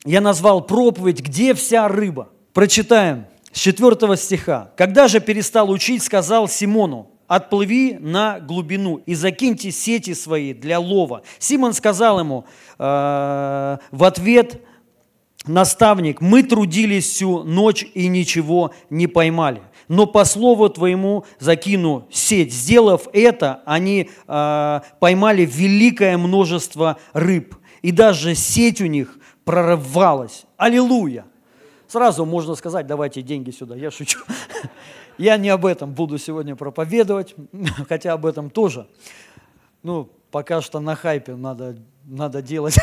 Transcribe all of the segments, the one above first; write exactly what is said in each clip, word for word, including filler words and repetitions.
я назвал проповедь «Где вся рыба?». Прочитаем с четвёртого стиха. «Когда же перестал учить, сказал Симону: отплыви на глубину и закиньте сети свои для лова». Симон сказал ему э, в ответ: наставник, мы трудились всю ночь и ничего не поймали, но по слову твоему закину сеть. Сделав это, они э, поймали великое множество рыб, и даже сеть у них прорывалась. Аллилуйя! Сразу можно сказать: давайте деньги сюда, я шучу. Я не об этом буду сегодня проповедовать, хотя об этом тоже. Ну, пока что на хайпе надо, надо делать.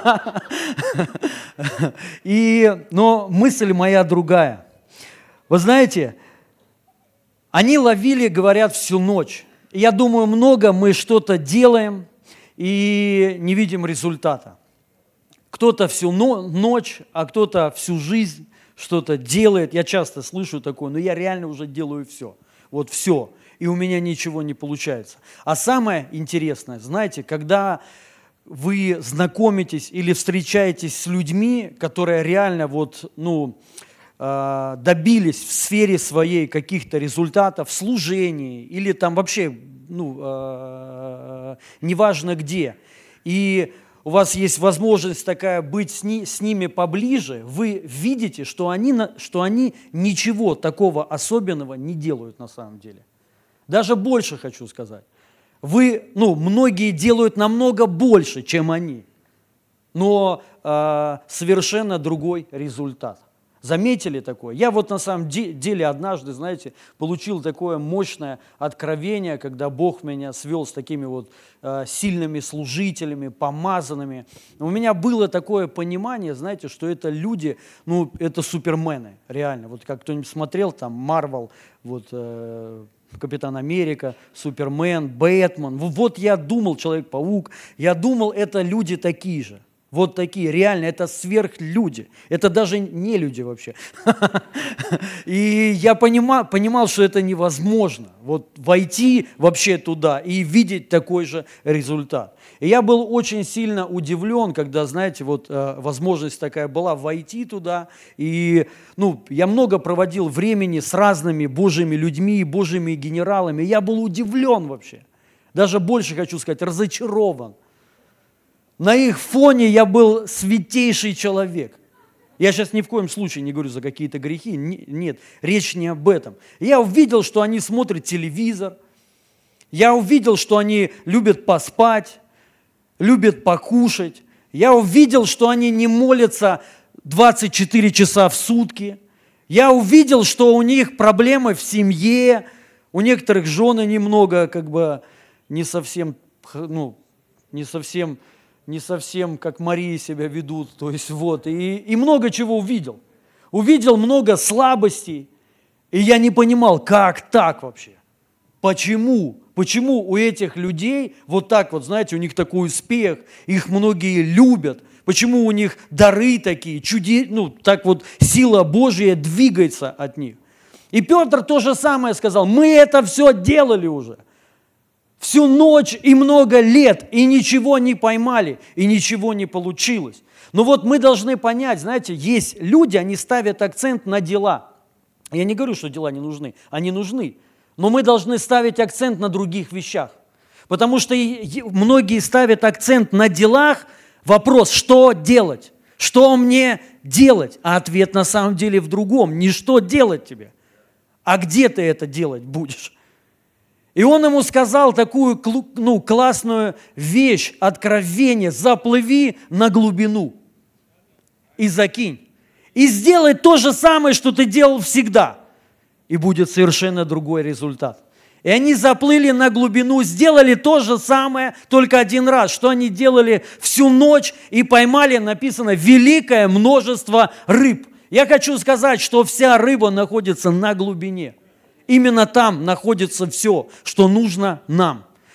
И, но мысль моя другая. Вы знаете, они ловили, говорят, всю ночь. И я думаю, много мы что-то делаем и не видим результата. Кто-то всю ночь, а кто-то всю жизнь что-то делает. Я часто слышу такое: но я реально уже делаю все. Вот все. И у меня ничего не получается. А самое интересное, знаете, когда вы знакомитесь или встречаетесь с людьми, которые реально вот, ну, добились в сфере своей каких-то результатов, в служении или там вообще, ну, неважно где, и у вас есть возможность такая быть с, ни, с ними поближе, вы видите, что они, что они ничего такого особенного не делают на самом деле. Даже больше хочу сказать. Вы, ну, многие делают намного больше, чем они, но э, совершенно другой результат. Заметили такое? Я вот на самом деле однажды, знаете, получил такое мощное откровение, когда Бог меня свел с такими вот э, сильными служителями, помазанными. У меня было такое понимание, знаете, что это люди, ну, это супермены, реально. Вот как кто-нибудь смотрел, там, Марвел, вот, э, Капитан Америка, Супермен, Бэтмен. Вот я думал, Человек-паук, я думал, это люди такие же. Вот такие, реально, это сверхлюди. Это даже не люди вообще. И я понимал, понимал, что это невозможно. Вот войти вообще туда и видеть такой же результат. И я был очень сильно удивлен, когда, знаете, вот возможность такая была войти туда. И, ну, я много проводил времени с разными Божьими людьми, Божьими генералами. Я был удивлен вообще. Даже больше хочу сказать, разочарован. На их фоне я был святейший человек. Я сейчас ни в коем случае не говорю за какие-то грехи. Нет, речь не об этом. Я увидел, что они смотрят телевизор. Я увидел, что они любят поспать, любят покушать. Я увидел, что они не молятся двадцать четыре часа в сутки. Я увидел, что у них проблемы в семье. У некоторых жены немного, как бы, не совсем, ну, не совсем... не совсем как Марии себя ведут, то есть вот, и, и много чего увидел. Увидел много слабостей, и я не понимал, как так вообще? Почему? Почему у этих людей вот так вот, знаете, у них такой успех, их многие любят, почему у них дары такие, чуди, ну, так вот сила Божья двигается от них. И Петр то же самое сказал: мы это все делали уже. Всю ночь и много лет, и ничего не поймали, и ничего не получилось. Но вот мы должны понять, знаете, есть люди, они ставят акцент на дела. Я не говорю, что дела не нужны, они нужны. Но мы должны ставить акцент на других вещах. Потому что многие ставят акцент на делах, вопрос, что делать, что мне делать, а ответ на самом деле в другом, не что делать тебе, а где ты это делать будешь. И он ему сказал такую, ну, классную вещь, откровение: заплыви на глубину и закинь. И сделай то же самое, что ты делал всегда, и будет совершенно другой результат. И они заплыли на глубину, сделали то же самое, только один раз, что они делали всю ночь, и поймали, написано, великое множество рыб. Я хочу сказать, что вся рыба находится на глубине. Именно там находится все, что нужно нам.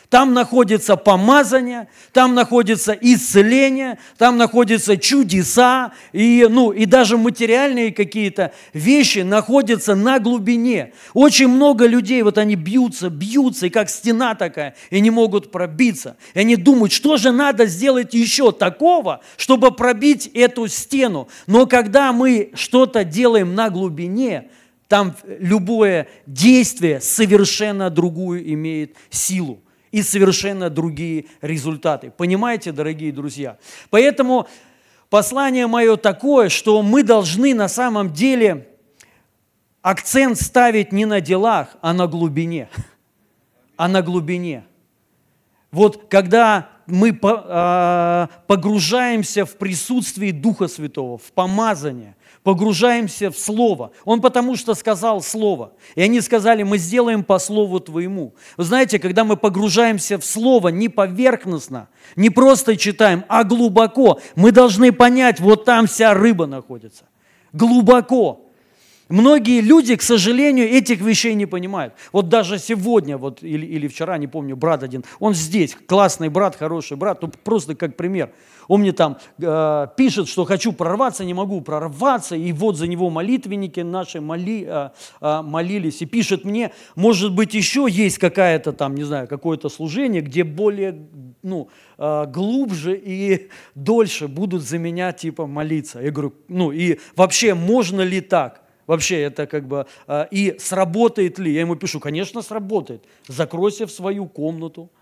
Там находится помазание, там находится исцеление, там находятся чудеса, и, ну, и даже материальные какие-то вещи находятся на глубине. Очень много людей, вот они бьются, бьются, и как стена такая, и не могут пробиться. И они думают, что же надо сделать еще такого, чтобы пробить эту стену. Но когда мы что-то делаем на глубине, там любое действие совершенно другую имеет силу и совершенно другие результаты. Понимаете, дорогие друзья? Поэтому послание мое такое, что мы должны на самом деле акцент ставить не на делах, а на глубине. А на глубине. Вот когда мы погружаемся в присутствие Духа Святого, в помазание, погружаемся в Слово. Он потому что сказал Слово. И они сказали, мы сделаем по Слову Твоему. Вы знаете, когда мы погружаемся в Слово не поверхностно, не просто читаем, а глубоко, мы должны понять, вот там вся рыба находится. Глубоко. Многие люди, к сожалению, этих вещей не понимают. Вот даже сегодня, вот, или, или вчера, не помню, брат один, он здесь, классный брат, хороший брат, ну, просто как пример. Он мне там э, пишет, что хочу прорваться, не могу прорваться, и вот за него молитвенники наши моли, э, э, молились, и пишет мне, может быть, еще есть какая-то там, не знаю, какое-то служение, где более, ну, э, глубже и дольше будут за меня, типа, молиться. Я говорю, ну, и вообще, можно ли так? Вообще это как бы, э, и сработает ли? Я ему пишу, конечно, сработает. Закройся в свою комнату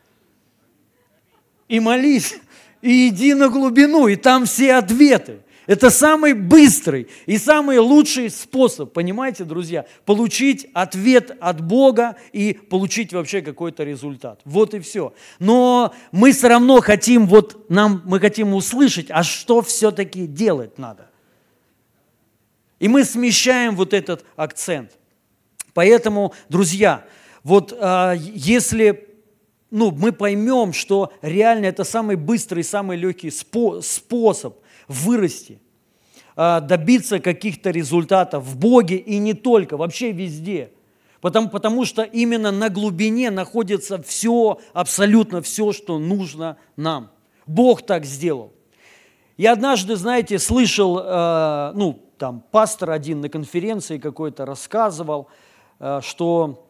и молись, и иди на глубину, и там все ответы. Это самый быстрый и самый лучший способ, понимаете, друзья, получить ответ от Бога и получить вообще какой-то результат. Вот и все. Но мы все равно хотим, вот нам, мы хотим услышать, а что все-таки делать надо? И мы смещаем вот этот акцент. Поэтому, друзья, вот а, если ну, мы поймем, что реально это самый быстрый, самый легкий спо- способ вырасти, а, добиться каких-то результатов в Боге и не только, вообще везде. Потому, потому что именно на глубине находится все, абсолютно все, что нужно нам. Бог так сделал. Я однажды, знаете, слышал, э, ну, там пастор один на конференции какой-то рассказывал, что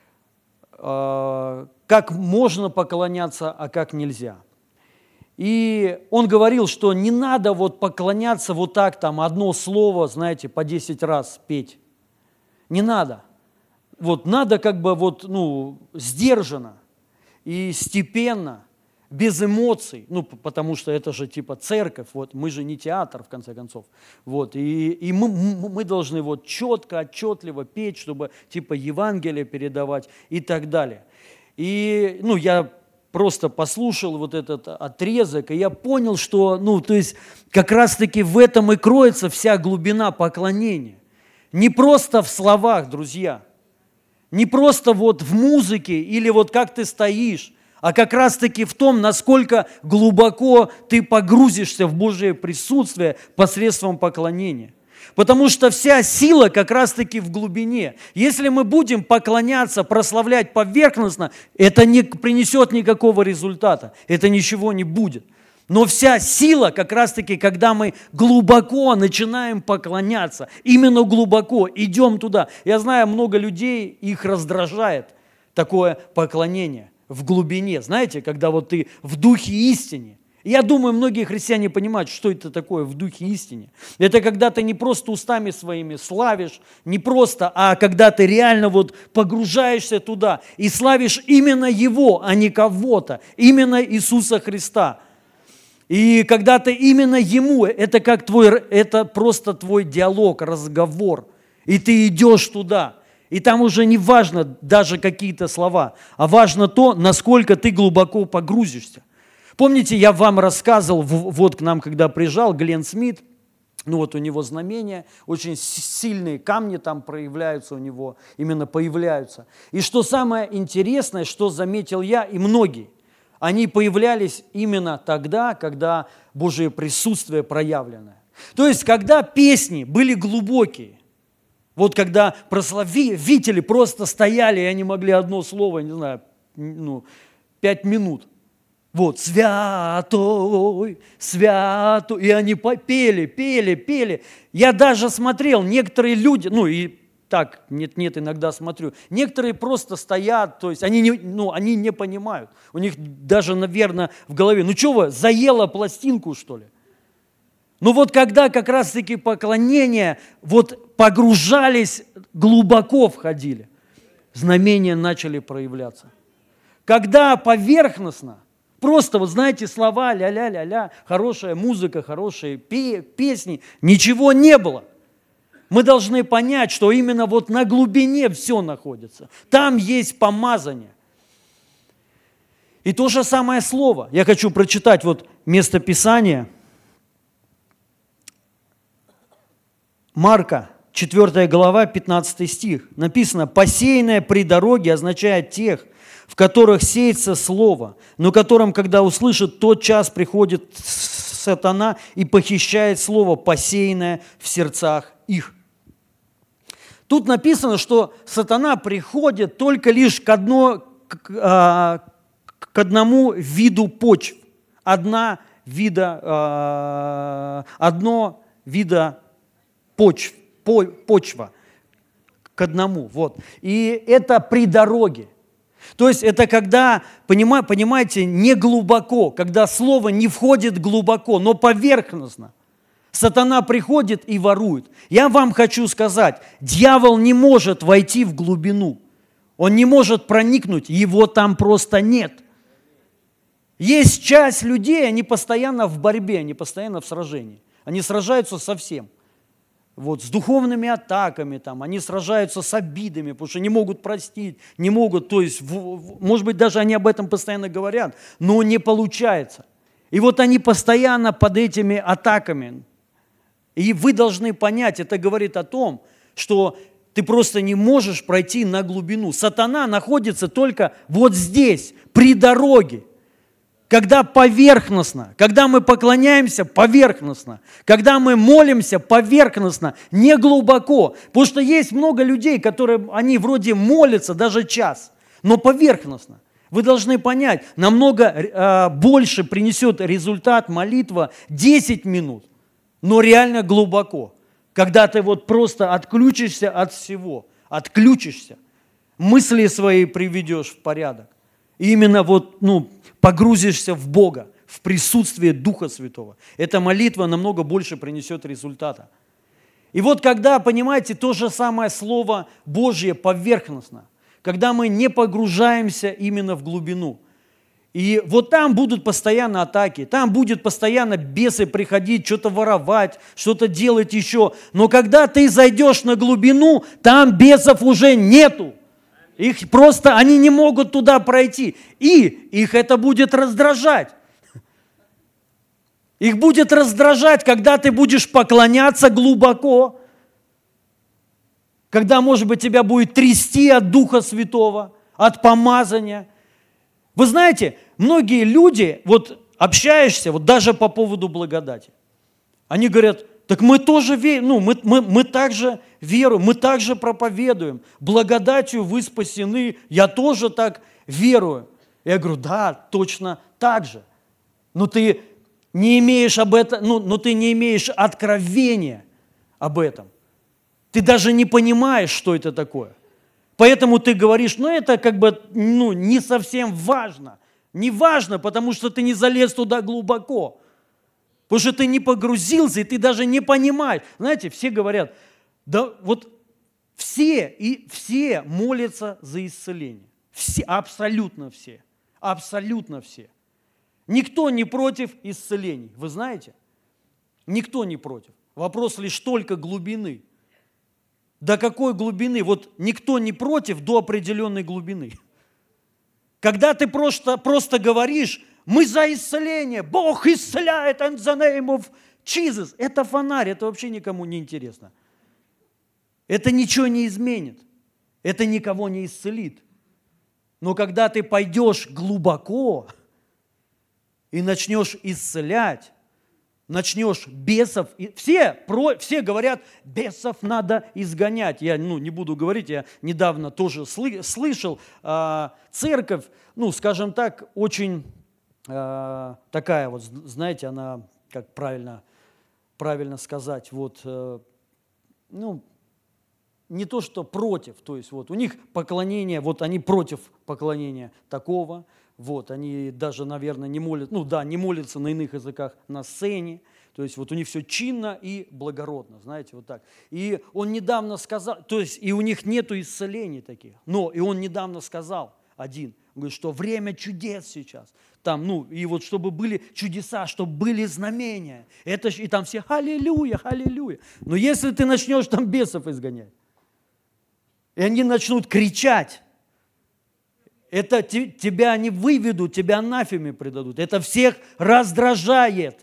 как можно поклоняться, а как нельзя. И он говорил, что не надо вот поклоняться вот так, там одно слово, знаете, по десять раз петь. Не надо. Вот надо как бы вот, ну, сдержанно и степенно, без эмоций, ну, потому что это же типа церковь, вот, мы же не театр, в конце концов, вот, и, и мы, мы должны вот четко, отчетливо петь, чтобы типа Евангелие передавать и так далее. И, ну, я просто послушал вот этот отрезок, и я понял, что, ну, то есть как раз-таки в этом и кроется вся глубина поклонения. Не просто в словах, друзья, не просто вот в музыке или вот как ты стоишь, а как раз-таки в том, насколько глубоко ты погрузишься в Божие присутствие посредством поклонения. Потому что вся сила как раз-таки в глубине. Если мы будем поклоняться, прославлять поверхностно, это не принесет никакого результата, это ничего не будет. Но вся сила как раз-таки, когда мы глубоко начинаем поклоняться, именно глубоко идем туда. Я знаю, много людей, их раздражает такое поклонение. В глубине, знаете, когда вот ты в духе истине. Я думаю, многие христиане понимают, что это такое в духе истине. Это когда ты не просто устами своими славишь, не просто, а когда ты реально вот погружаешься туда и славишь именно Его, а не кого-то, именно Иисуса Христа. И когда ты именно Ему, это как твой, это просто твой диалог, разговор, и ты идешь туда. И там уже не важно даже какие-то слова, а важно то, насколько ты глубоко погрузишься. Помните, я вам рассказывал, вот к нам, когда приезжал Глен Смит, ну вот у него знамения, очень сильные камни там проявляются у него, именно появляются. И что самое интересное, что заметил я и многие, они появлялись именно тогда, когда Божие присутствие проявленное. То есть, когда песни были глубокие, вот когда прославители просто стояли, и они могли одно слово, не знаю, ну, пять минут. Вот, святой, святой. И они пели, пели, пели. Я даже смотрел, некоторые люди, ну и так, нет-нет, иногда смотрю, некоторые просто стоят, то есть они не, ну, они не понимают. У них даже, наверное, в голове, ну что вы, заело пластинку, что ли? Ну вот когда как раз-таки поклонения, вот погружались, глубоко входили, знамения начали проявляться. Когда поверхностно, просто, вот знаете, слова, ля-ля-ля-ля, хорошая музыка, хорошие песни, ничего не было. Мы должны понять, что именно вот на глубине все находится. Там есть помазание. И то же самое слово. Я хочу прочитать вот место Писания. Марка, четвёртая глава, пятнадцатый стих. Написано: «Посеянное при дороге» означает тех, в которых сеется слово, но которым, когда услышит, тот час приходит сатана и похищает слово, посеянное в сердцах их. Тут написано, что сатана приходит только лишь к, одно, к, к одному виду почв. Одна вида, одно вида почв, почва. К одному. Вот. И это при дороге. То есть это когда, понимаете, не глубоко, когда слово не входит глубоко, но поверхностно. Сатана приходит и ворует. Я вам хочу сказать, дьявол не может войти в глубину. Он не может проникнуть, его там просто нет. Есть часть людей, они постоянно в борьбе, они постоянно в сражении. Они сражаются со всем. Вот, с духовными атаками, там, они сражаются с обидами, потому что не могут простить, не могут, то есть, в, в, может быть, даже они об этом постоянно говорят, но не получается. И вот они постоянно под этими атаками. И вы должны понять, это говорит о том, что ты просто не можешь пройти на глубину. Сатана находится только вот здесь, при дороге. Когда поверхностно, когда мы поклоняемся поверхностно, когда мы молимся поверхностно, не глубоко. Потому что есть много людей, которые, они вроде молятся даже час, но поверхностно. Вы должны понять, намного э, больше принесет результат молитва десять минут, но реально глубоко. Когда ты вот просто отключишься от всего, отключишься, мысли свои приведешь в порядок. И именно вот, ну, погрузишься в Бога, в присутствие Духа Святого. Эта молитва намного больше принесет результата. И вот когда, понимаете, то же самое Слово Божье поверхностно, когда мы не погружаемся именно в глубину. И вот там будут постоянно атаки, там будет постоянно бесы приходить, что-то воровать, что-то делать еще. Но когда ты зайдешь на глубину, там бесов уже нету. Их просто, они не могут туда пройти. И их это будет раздражать. Их будет раздражать, когда ты будешь поклоняться глубоко, когда, может быть, тебя будет трясти от Духа Святого, от помазания. Вы знаете, многие люди, вот общаешься, вот даже по поводу благодати, они говорят: так мы тоже верим, ну, мы, мы, мы также веруем, мы также проповедуем. Благодатью вы спасены, я тоже так верую. Я говорю: да, точно так же. Но ты не имеешь об этом, ну, но ты не имеешь откровения об этом. Ты даже не понимаешь, что это такое. Поэтому ты говоришь: ну, это как бы, ну, не совсем важно. Не важно, потому что ты не залез туда глубоко. Потому что ты не погрузился, и ты даже не понимаешь. Знаете, все говорят, да вот все, и все молятся за исцеление. Все, абсолютно все. Абсолютно все. Никто не против исцелений. Вы знаете? Никто не против. Вопрос лишь только глубины. До какой глубины? Вот никто не против до определенной глубины. Когда ты просто, просто говоришь: мы за исцеление, Бог исцеляет, in the name of Jesus. Это фонарь, это вообще никому не интересно. Это ничего не изменит, это никого не исцелит. Но когда ты пойдешь глубоко и начнешь исцелять, начнешь бесов, и все, про, все говорят, бесов надо изгонять. Я ну, не буду говорить, я недавно тоже сlı, слышал, э, церковь, ну, скажем так, очень э, такая вот, знаете, она, как правильно, правильно сказать, вот, э, ну, не то, что против, то есть вот у них поклонение, вот они против поклонения такого, вот, они даже, наверное, не молятся, ну да, не молятся на иных языках на сцене, то есть вот у них все чинно и благородно, знаете, вот так. И он недавно сказал, то есть и у них нету исцелений таких, но и он недавно сказал один, он говорит, что время чудес сейчас, там, ну, и вот чтобы были чудеса, чтобы были знамения, это, и там все аллилуйя, аллилуйя. Но если ты начнешь там бесов изгонять, и они начнут кричать, это тебя они выведут, тебя анафеме предадут. Это всех раздражает.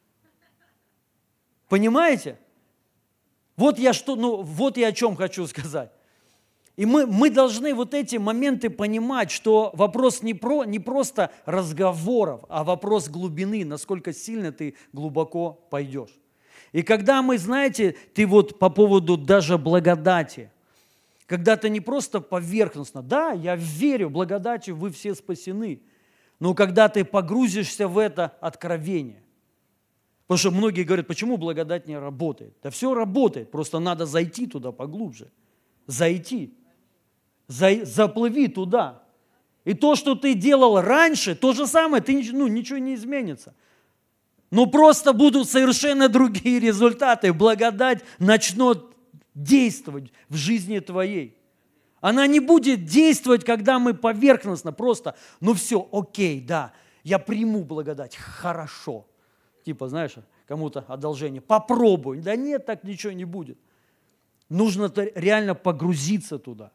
Понимаете? Вот я, что, ну, вот я о чем хочу сказать. И мы, мы должны вот эти моменты понимать, что вопрос не, про, не просто разговоров, а вопрос глубины, насколько сильно ты глубоко пойдешь. И когда мы, знаете, ты вот по поводу даже благодати, когда ты не просто поверхностно, да, я верю, благодатью вы все спасены, но когда ты погрузишься в это откровение. Потому что многие говорят, почему благодать не работает? Да все работает, просто надо зайти туда поглубже. Зайти. За, заплыви туда. И то, что ты делал раньше, то же самое, ты, ну, ничего не изменится. Но просто будут совершенно другие результаты. Благодать начнет действовать в жизни твоей. Она не будет действовать, когда мы поверхностно просто, ну все, окей, да, я приму благодать, хорошо. Типа, знаешь, кому-то одолжение, попробуй. Да нет, так ничего не будет. Нужно реально погрузиться туда.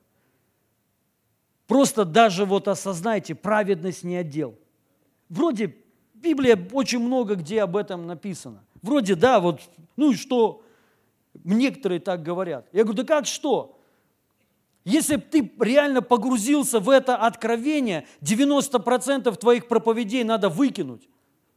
Просто даже вот осознайте, праведность не отдел. Вроде Библия очень много где об этом написано. Вроде, да, вот, ну и что? Некоторые так говорят. Я говорю, да как что? Если бы ты реально погрузился в это откровение, девяносто процентов твоих проповедей надо выкинуть.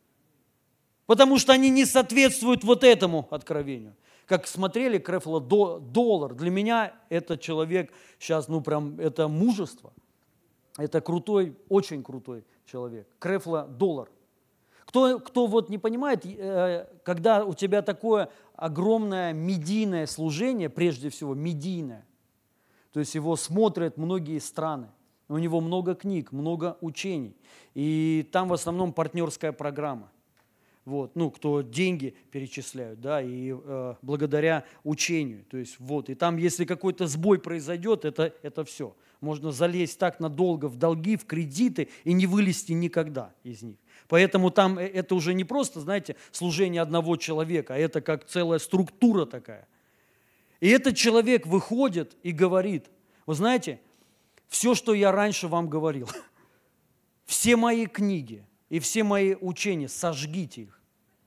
Потому что они не соответствуют вот этому откровению. Как смотрели Крефла Доллар, для меня этот человек сейчас, ну прям, это мужество. Это крутой, очень крутой человек. Крефла Доллар. Кто, кто вот не понимает, когда у тебя такое огромное медийное служение, прежде всего медийное, то есть его смотрят многие страны, у него много книг, много учений, и там в основном партнерская программа. Вот, ну, кто деньги перечисляют, да, и э, благодаря учению, то есть вот, и там, если какой-то сбой произойдет, это, это все. Можно залезть так надолго в долги, в кредиты и не вылезти никогда из них. Поэтому там это уже не просто, знаете, служение одного человека, а это как целая структура такая. И этот человек выходит и говорит, вы знаете, все, что я раньше вам говорил, все мои книги и все мои учения, сожгите их.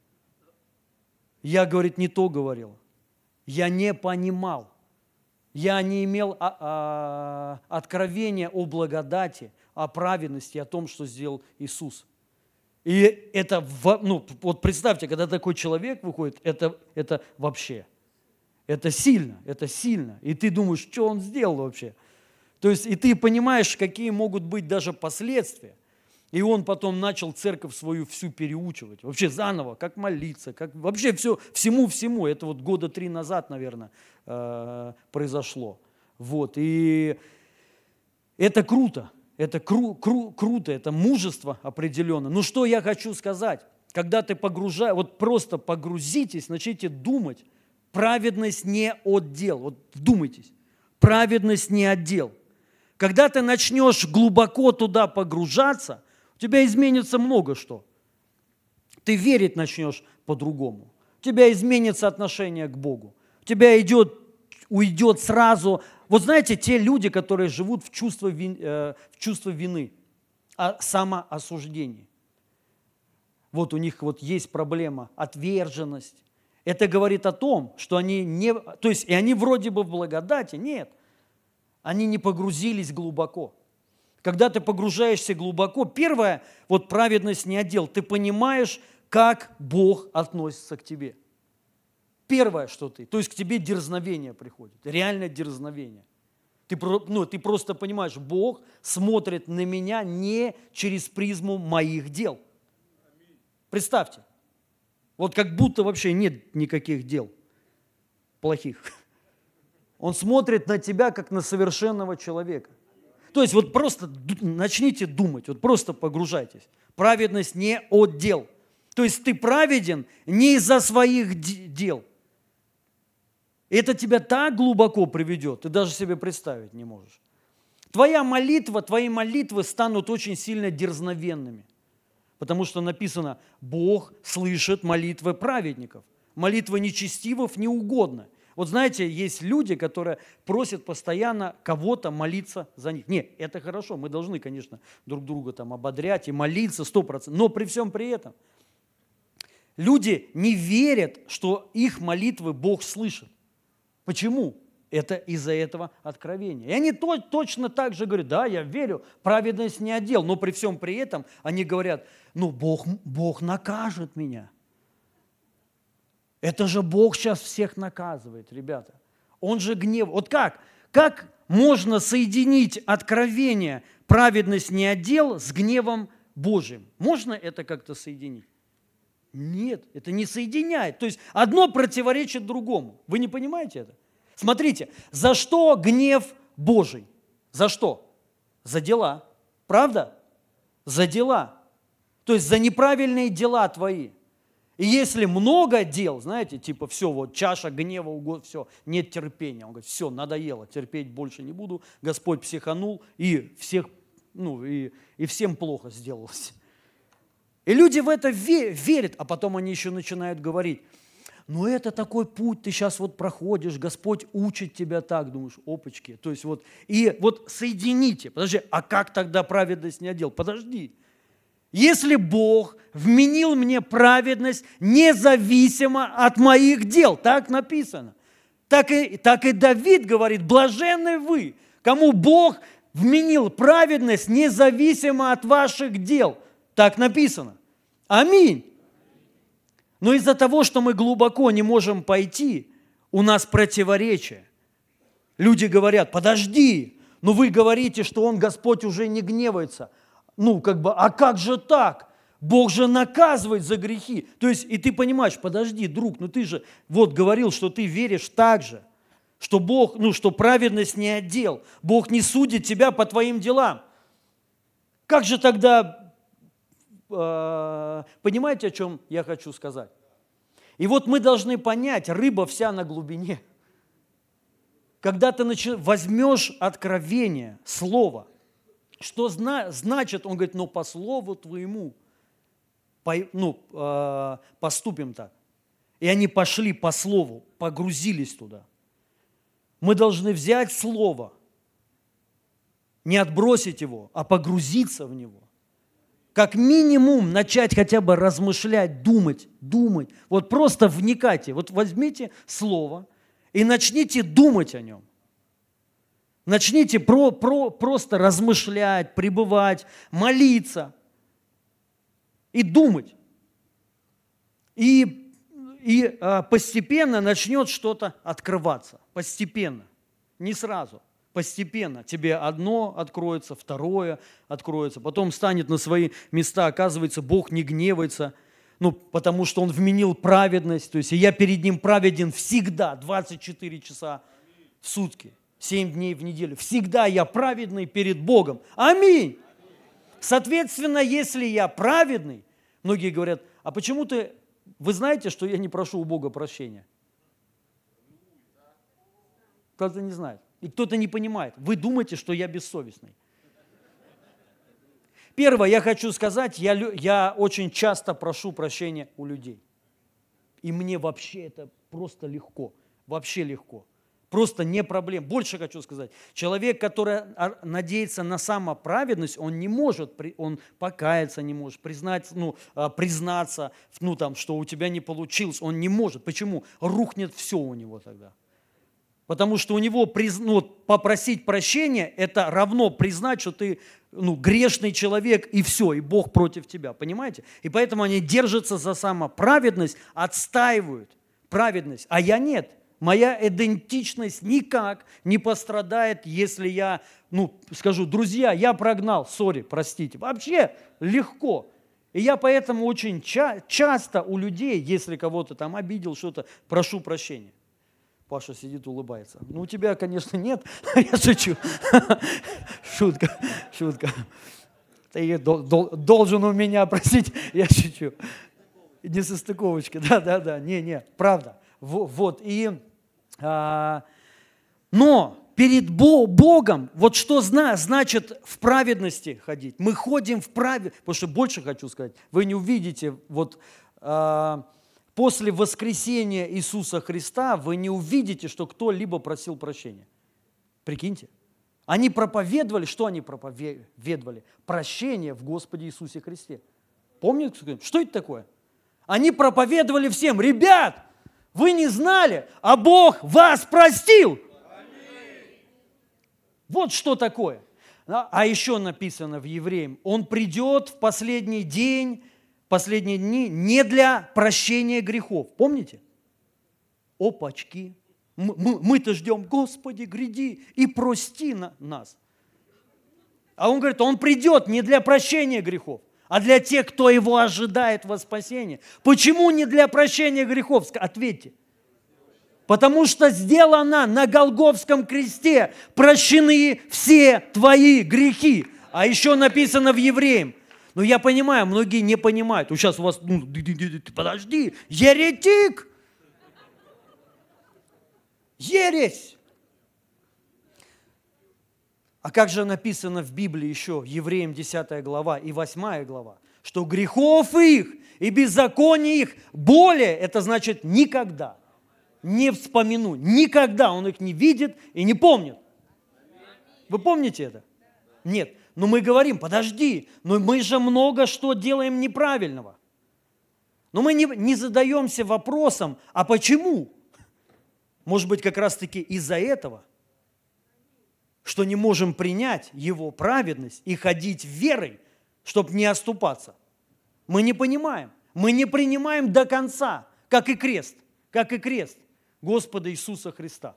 Я, говорит, не то говорил. Я не понимал. Я не имел а, а, откровения о благодати, о праведности, о том, что сделал Иисус. И это, ну, вот представьте, когда такой человек выходит, это, это вообще, это сильно, это сильно. И ты думаешь, что он сделал вообще? То есть, и ты понимаешь, какие могут быть даже последствия. И он потом начал церковь свою всю переучивать. Вообще заново, как молиться, как вообще все, всему-всему. Это вот года три назад, наверное, произошло. Вот. И это круто. Это кру, кру, круто, это мужество определенно. Но что я хочу сказать? Когда ты погружаешь, вот просто погрузитесь, начните думать. Праведность не отдел. Вот вдумайтесь. Праведность не отдел. Когда ты начнешь глубоко туда погружаться, у тебя изменится много что. Ты верить начнешь по-другому. У тебя изменится отношение к Богу. У тебя идет, уйдет сразу. Вот знаете, те люди, которые живут в чувство, вин, э, в чувство вины, о самоосуждении. Вот у них вот есть проблема, отверженность. Это говорит о том, что они не... То есть, и они вроде бы в благодати, нет. Они не погрузились глубоко. Когда ты погружаешься глубоко, первое, вот праведность не отдел, ты понимаешь, как Бог относится к тебе. Первое, что ты, то есть к тебе дерзновение приходит, реальное дерзновение. Ты, ну, ты просто понимаешь, Бог смотрит на меня не через призму моих дел. Представьте, вот как будто вообще нет никаких дел плохих. Он смотрит на тебя, как на совершенного человека. То есть вот просто начните думать, вот просто погружайтесь. Праведность не от дел. То есть ты праведен не из-за своих дел. Это тебя так глубоко приведет, ты даже себе представить не можешь. Твоя молитва, твои молитвы станут очень сильно дерзновенными. Потому что написано, Бог слышит молитвы праведников. Молитвы нечестивых не угодно. Вот знаете, есть люди, которые просят постоянно кого-то молиться за них. Нет, это хорошо, мы должны, конечно, друг друга там ободрять и молиться сто процентов. Но при всем при этом люди не верят, что их молитвы Бог слышит. Почему? Это из-за этого откровения. И они то, точно так же говорят, да, я верю, праведность не отдел, но при всем при этом они говорят, ну, Бог, Бог накажет меня. Это же Бог сейчас всех наказывает, ребята. Он же гнев. Вот как? Как можно соединить откровение, праведность не отдел, с гневом Божьим? Можно это как-то соединить? Нет, это не соединяет. То есть одно противоречит другому. Вы не понимаете это? Смотрите, за что гнев Божий? За что? За дела. Правда? За дела. То есть за неправильные дела твои. И если много дел, знаете, типа все, вот чаша гнева, угод, все, нет терпения. Он говорит, все, надоело, терпеть больше не буду. Господь психанул, и, всех, ну, и, и всем плохо сделалось. И люди в это верят, а потом они еще начинают говорить, ну это такой путь, ты сейчас вот проходишь, Господь учит тебя так, думаешь, опачки. То есть вот, и вот соедините, подожди, а как тогда праведность не отдел? Подожди. Если Бог вменил мне праведность независимо от моих дел, так написано, так и, так и Давид говорит, блаженны вы, кому Бог вменил праведность независимо от ваших дел. Так написано. Аминь. Но из-за того, что мы глубоко не можем пойти, у нас противоречие. Люди говорят, подожди, но вы говорите, что Он, Господь, уже не гневается. Ну, как бы, а как же так? Бог же наказывает за грехи. То есть, и ты понимаешь, подожди, друг, ну ты же вот говорил, что ты веришь так же, что Бог, ну, что праведность не отдел. Бог не судит тебя по твоим делам. Как же тогда... Понимаете, о чем я хочу сказать? И вот мы должны понять, рыба вся на глубине. Когда ты начи... возьмешь откровение, слово, что зна... значит, он говорит, но по слову твоему по... ну, э, поступим так. И они пошли по слову, погрузились туда. Мы должны взять слово, не отбросить его, а погрузиться в него. Как минимум начать хотя бы размышлять, думать, думать. Вот просто вникайте. Вот возьмите слово и начните думать о нем. Начните про, про, просто размышлять, пребывать, молиться и думать. И, и а, постепенно начнет что-то открываться. Постепенно, не сразу. Постепенно тебе одно откроется, второе откроется, потом станет на свои места. Оказывается, Бог не гневается, ну, потому что Он вменил праведность. То есть я перед Ним праведен всегда, двадцать четыре часа в сутки, семь дней в неделю. Всегда я праведный перед Богом. Аминь. Соответственно, если я праведный, многие говорят, а почему ты, вы знаете, что я не прошу у Бога прощения? Кто-то не знает. И кто-то не понимает. Вы думаете, что я бессовестный. Первое, я хочу сказать, я, я очень часто прошу прощения у людей. И мне вообще это просто легко. Вообще легко. Просто не проблем. Больше хочу сказать. Человек, который надеется на самоправедность, он не может, он покаяться не может, признать, ну, признаться, ну, там, что у тебя не получилось. Он не может. Почему? Рухнет все у него тогда. Потому что у него приз... ну, попросить прощения – это равно признать, что ты ну, грешный человек, и все, и Бог против тебя, понимаете? И поэтому они держатся за самоправедность, отстаивают праведность, а я нет. Моя идентичность никак не пострадает, если я, ну, скажу, друзья, я прогнал, сори, простите. Вообще легко. И я поэтому очень ча- часто у людей, если кого-то там обидел, что-то, прошу прощения. Паша сидит, улыбается. Ну, у тебя, конечно, нет, я шучу. Шутка, шутка. Ты должен у меня просить, я шучу. Несостыковочка, да-да-да, не-не, правда. Вот, и, а, но перед Богом, вот что значит в праведности ходить? Мы ходим в праведности, потому что больше хочу сказать, вы не увидите, вот а, после воскресения Иисуса Христа вы не увидите, что кто-либо просил прощения. Прикиньте. Они проповедовали, что они проповедовали? Прощение в Господе Иисусе Христе. Помните, что это такое? Они проповедовали всем: ребят, вы не знали, а Бог вас простил. Вот что такое. А еще написано в Евреям: Он придет в последний день, последние дни не для прощения грехов. Помните? Опачки. Мы-то ждем: Господи, гряди и прости на нас. А Он говорит, Он придет не для прощения грехов, а для тех, кто Его ожидает во спасении. Почему не для прощения грехов? Ответьте. Потому что сделано на Голгофском кресте, прощены все твои грехи. А еще написано в Евреям. Ну, я понимаю, многие не понимают. Вот сейчас у вас, ну, подожди, еретик! Ересь! А как же написано в Библии еще, Евреям десятая глава и восьмая глава, что грехов их и беззаконий их более, это значит никогда, не вспомину, никогда он их не видит и не помнит. Вы помните это? Нет. Но мы говорим, подожди, но мы же много что делаем неправильного. Но мы не, не задаемся вопросом, а почему? Может быть, как раз-таки из-за этого, что не можем принять Его праведность и ходить верой, чтобы не оступаться. Мы не понимаем, мы не принимаем до конца, как и крест, как и крест Господа Иисуса Христа.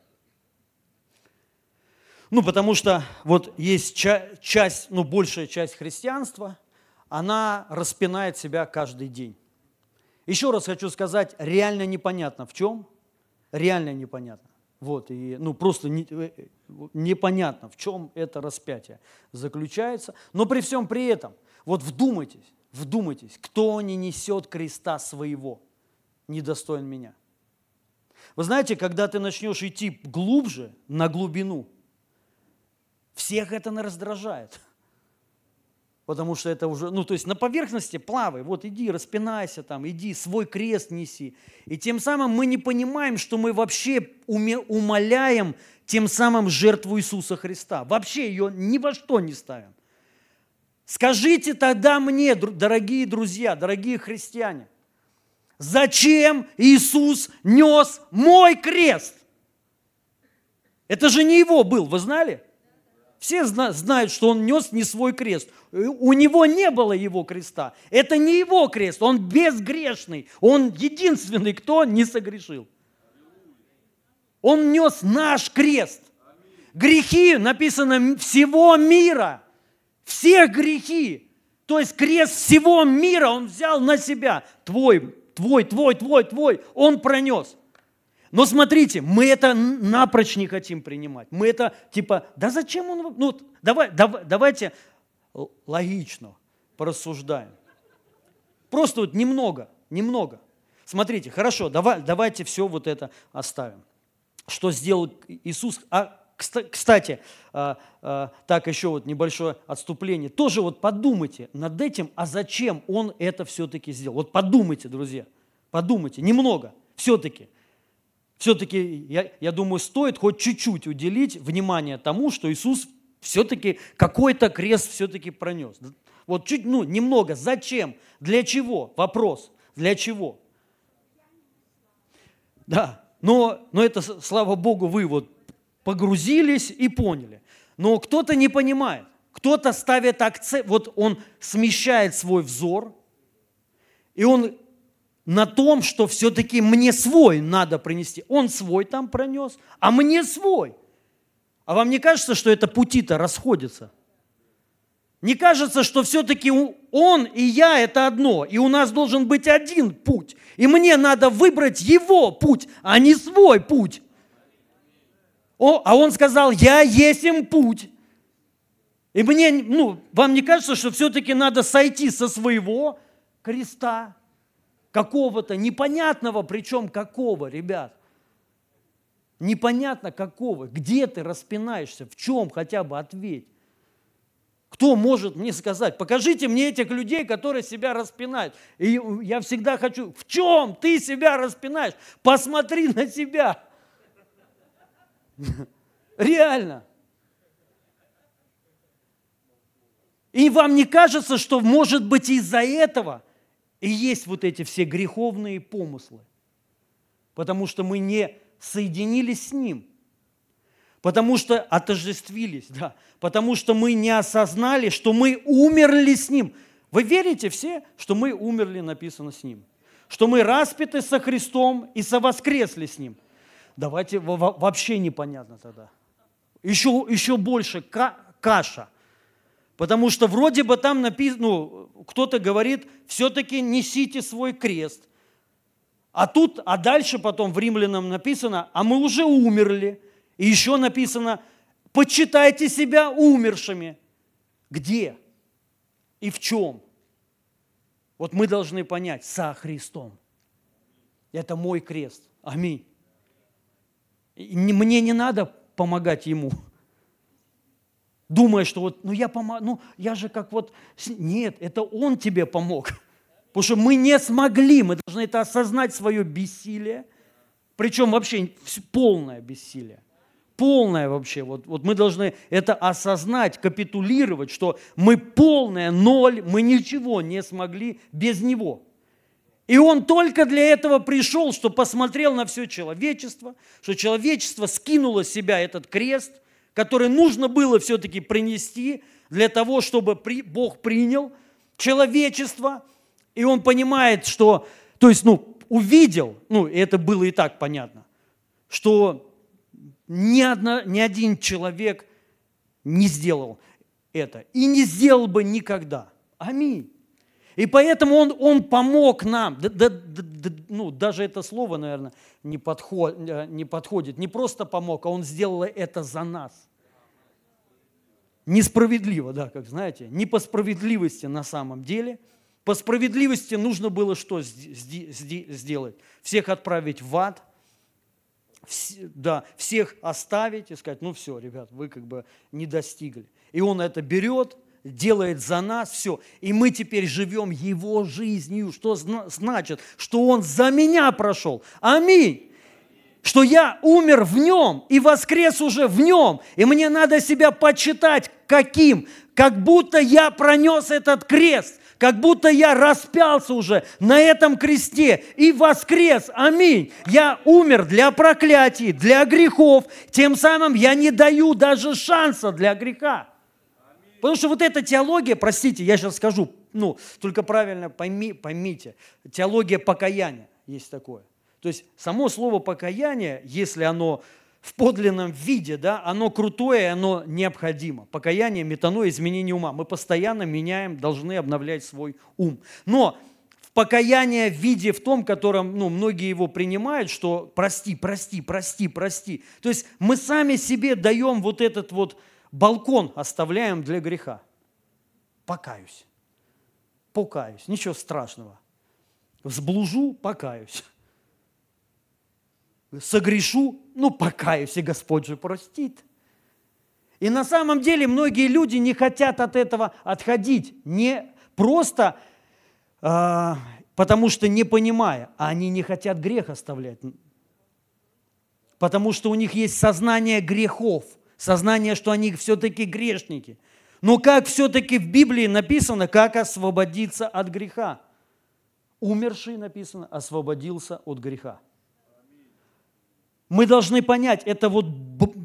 Ну, потому что вот есть ча- часть, ну, большая часть христианства, она распинает себя каждый день. Еще раз хочу сказать, реально непонятно в чем, реально непонятно. Вот, и, ну, просто не, непонятно, в чем это распятие заключается. Но при всем при этом, вот вдумайтесь, вдумайтесь, кто не несет креста своего, недостоин меня. Вы знаете, когда ты начнешь идти глубже, на глубину, всех это раздражает. Потому что это уже, ну, то есть на поверхности плавай, вот иди, распинайся там, иди, свой крест неси. И тем самым мы не понимаем, что мы вообще умаляем тем самым жертву Иисуса Христа. Вообще ее ни во что не ставим. Скажите тогда мне, дорогие друзья, дорогие христиане, зачем Иисус нес мой крест? Это же не его был, вы знали? Все знают, что он нес не свой крест. У него не было его креста. Это не его крест, он безгрешный. Он единственный, кто не согрешил. Он нес наш крест. Грехи, написано, всего мира. Всех грехи. То есть крест всего мира он взял на себя. Твой, твой, твой, твой, твой. Он пронес. Но смотрите, мы это напрочь не хотим принимать. Мы это типа, да зачем он... Ну, давай, давай, давайте логично порассуждаем. Просто вот немного, немного. Смотрите, хорошо, давай, давайте все вот это оставим. Что сделал Иисус? А, кстати, а, а, так еще вот небольшое отступление. Тоже вот подумайте над этим, а зачем Он это все-таки сделал? Вот подумайте, друзья, подумайте, немного все-таки. Все-таки, я, я думаю, стоит хоть чуть-чуть уделить внимание тому, что Иисус все-таки какой-то крест все-таки пронес. Вот чуть, ну, немного. Зачем? Для чего? Вопрос. Для чего? Да, но, но это, слава Богу, вы вот погрузились и поняли. Но кто-то не понимает. Кто-то ставит акцент, вот он смещает свой взор, и он на том, что все-таки мне свой надо принести. Он свой там пронес, а мне свой. А вам не кажется, что это пути-то расходятся? Не кажется, что все-таки он и я – это одно, и у нас должен быть один путь, и мне надо выбрать его путь, а не свой путь. О, а он сказал, я есть им путь. И мне, ну, вам не кажется, что все-таки надо сойти со своего креста, какого-то непонятного, причем какого, ребят? Непонятно какого. Где ты распинаешься? В чем хотя бы ответь? Кто может мне сказать? Покажите мне этих людей, которые себя распинают. И я всегда хочу, в чем ты себя распинаешь? Посмотри на себя. Реально. И вам не кажется, что, может быть, из-за этого и есть вот эти все греховные помыслы? Потому что мы не соединились с Ним. Потому что отождествились, да. Потому что мы не осознали, что мы умерли с Ним. Вы верите все, что мы умерли, написано, с Ним? Что мы распяты со Христом и совоскресли с Ним? Давайте, вообще непонятно тогда. Еще, еще больше каша. Потому что вроде бы там написано, ну, кто-то говорит, все-таки несите свой крест. А тут, а дальше потом в Римлянам написано, а мы уже умерли. И еще написано, почитайте себя умершими. Где и в чем? Вот мы должны понять, со Христом. Это мой крест. Аминь. И мне не надо помогать Ему. Думая, что вот, ну я помогу, ну я же как вот... Нет, это Он тебе помог. Потому что мы не смогли, мы должны это осознать, свое бессилие. Причем вообще полное бессилие. Полное вообще. Вот, вот мы должны это осознать, капитулировать, что мы полное ноль, мы ничего не смогли без Него. И Он только для этого пришел, что посмотрел на все человечество, что человечество скинуло с себя этот крест, который нужно было все-таки принести для того, чтобы при, Бог принял человечество. И Он понимает, что, то есть, ну, увидел, ну, это было и так понятно, что ни, одна, ни один человек не сделал это и не сделал бы никогда. Аминь. И поэтому Он, он помог нам. Да, да, да, ну, даже это слово, наверное, не, подход, не подходит. Не просто помог, а Он сделал это за нас. Несправедливо, да, как знаете, не по справедливости на самом деле. По справедливости нужно было что сделать? Всех отправить в ад, да, всех оставить и сказать, ну все, ребят, вы как бы не достигли. И Он это берет, делает за нас все. И мы теперь живем Его жизнью. Что значит? Что Он за меня прошел. Аминь. Что я умер в Нем и воскрес уже в Нем. И мне надо себя почитать каким? Как будто я пронес этот крест. Как будто я распялся уже на этом кресте и воскрес. Аминь. Я умер для проклятий, для грехов. Тем самым я не даю даже шанса для греха. Потому что вот эта теология, простите, я сейчас скажу, ну, только правильно пойми, поймите, теология покаяния есть такое. То есть само слово покаяние, если оно в подлинном виде, да, оно крутое, оно необходимо. Покаяние, метаноя, изменение ума. Мы постоянно меняем, должны обновлять свой ум. Но в покаяние в виде в том, котором, ну, многие его принимают, что прости, прости, прости, прости. То есть мы сами себе даем вот этот вот балкон, оставляем для греха. Покаюсь, покаюсь, ничего страшного. Взблужу, покаюсь. Согрешу, ну, покаюсь, и Господь же простит. И на самом деле многие люди не хотят от этого отходить. Не просто э, потому что не понимая, а они не хотят грех оставлять. Потому что у них есть сознание грехов, сознание, что они все-таки грешники. Но как все-таки в Библии написано, как освободиться от греха? Умерший, написано, освободился от греха. Мы должны понять, это вот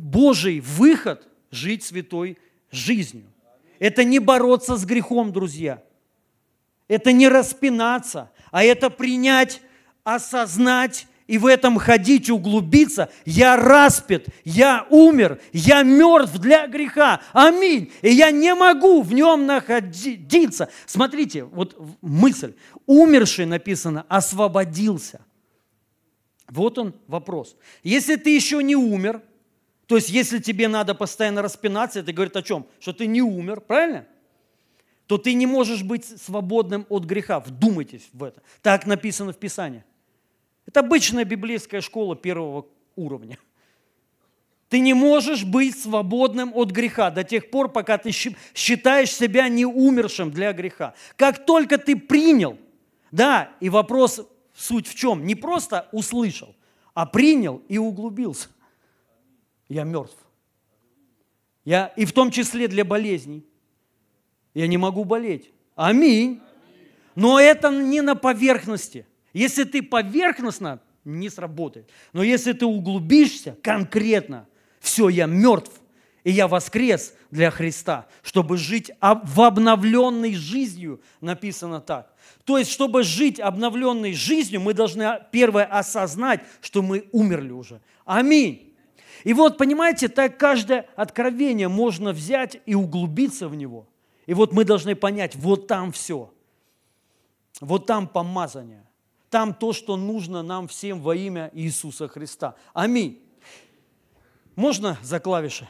Божий выход – жить святой жизнью. Это не бороться с грехом, друзья. Это не распинаться, а это принять, осознать и в этом ходить, углубиться. Я распят, я умер, я мертв для греха. Аминь. И я не могу в нем находиться. Смотрите, вот мысль. Умерший, написано, освободился. Вот он вопрос. Если ты еще не умер, то есть если тебе надо постоянно распинаться, это говорит о чем? Что ты не умер, правильно? То ты не можешь быть свободным от греха. Вдумайтесь в это. Так написано в Писании. Это обычная библейская школа первого уровня. Ты не можешь быть свободным от греха до тех пор, пока ты считаешь себя не умершим для греха. Как только ты принял, да, и вопрос, суть в чем? Не просто услышал, а принял и углубился. Я мертв. Я, и в том числе для болезней. Я не могу болеть. Аминь. Но это не на поверхности. Если ты поверхностно, не сработает. Но если ты углубишься конкретно, все, я мертв, и я воскрес для Христа, чтобы жить в обновленной жизнью, написано так. То есть, чтобы жить обновленной жизнью, мы должны первое осознать, что мы умерли уже. Аминь. И вот, понимаете, так каждое откровение можно взять и углубиться в него. И вот мы должны понять, вот там все. Вот там помазание. Там то, что нужно нам всем во имя Иисуса Христа. Аминь. Можно за клавиши?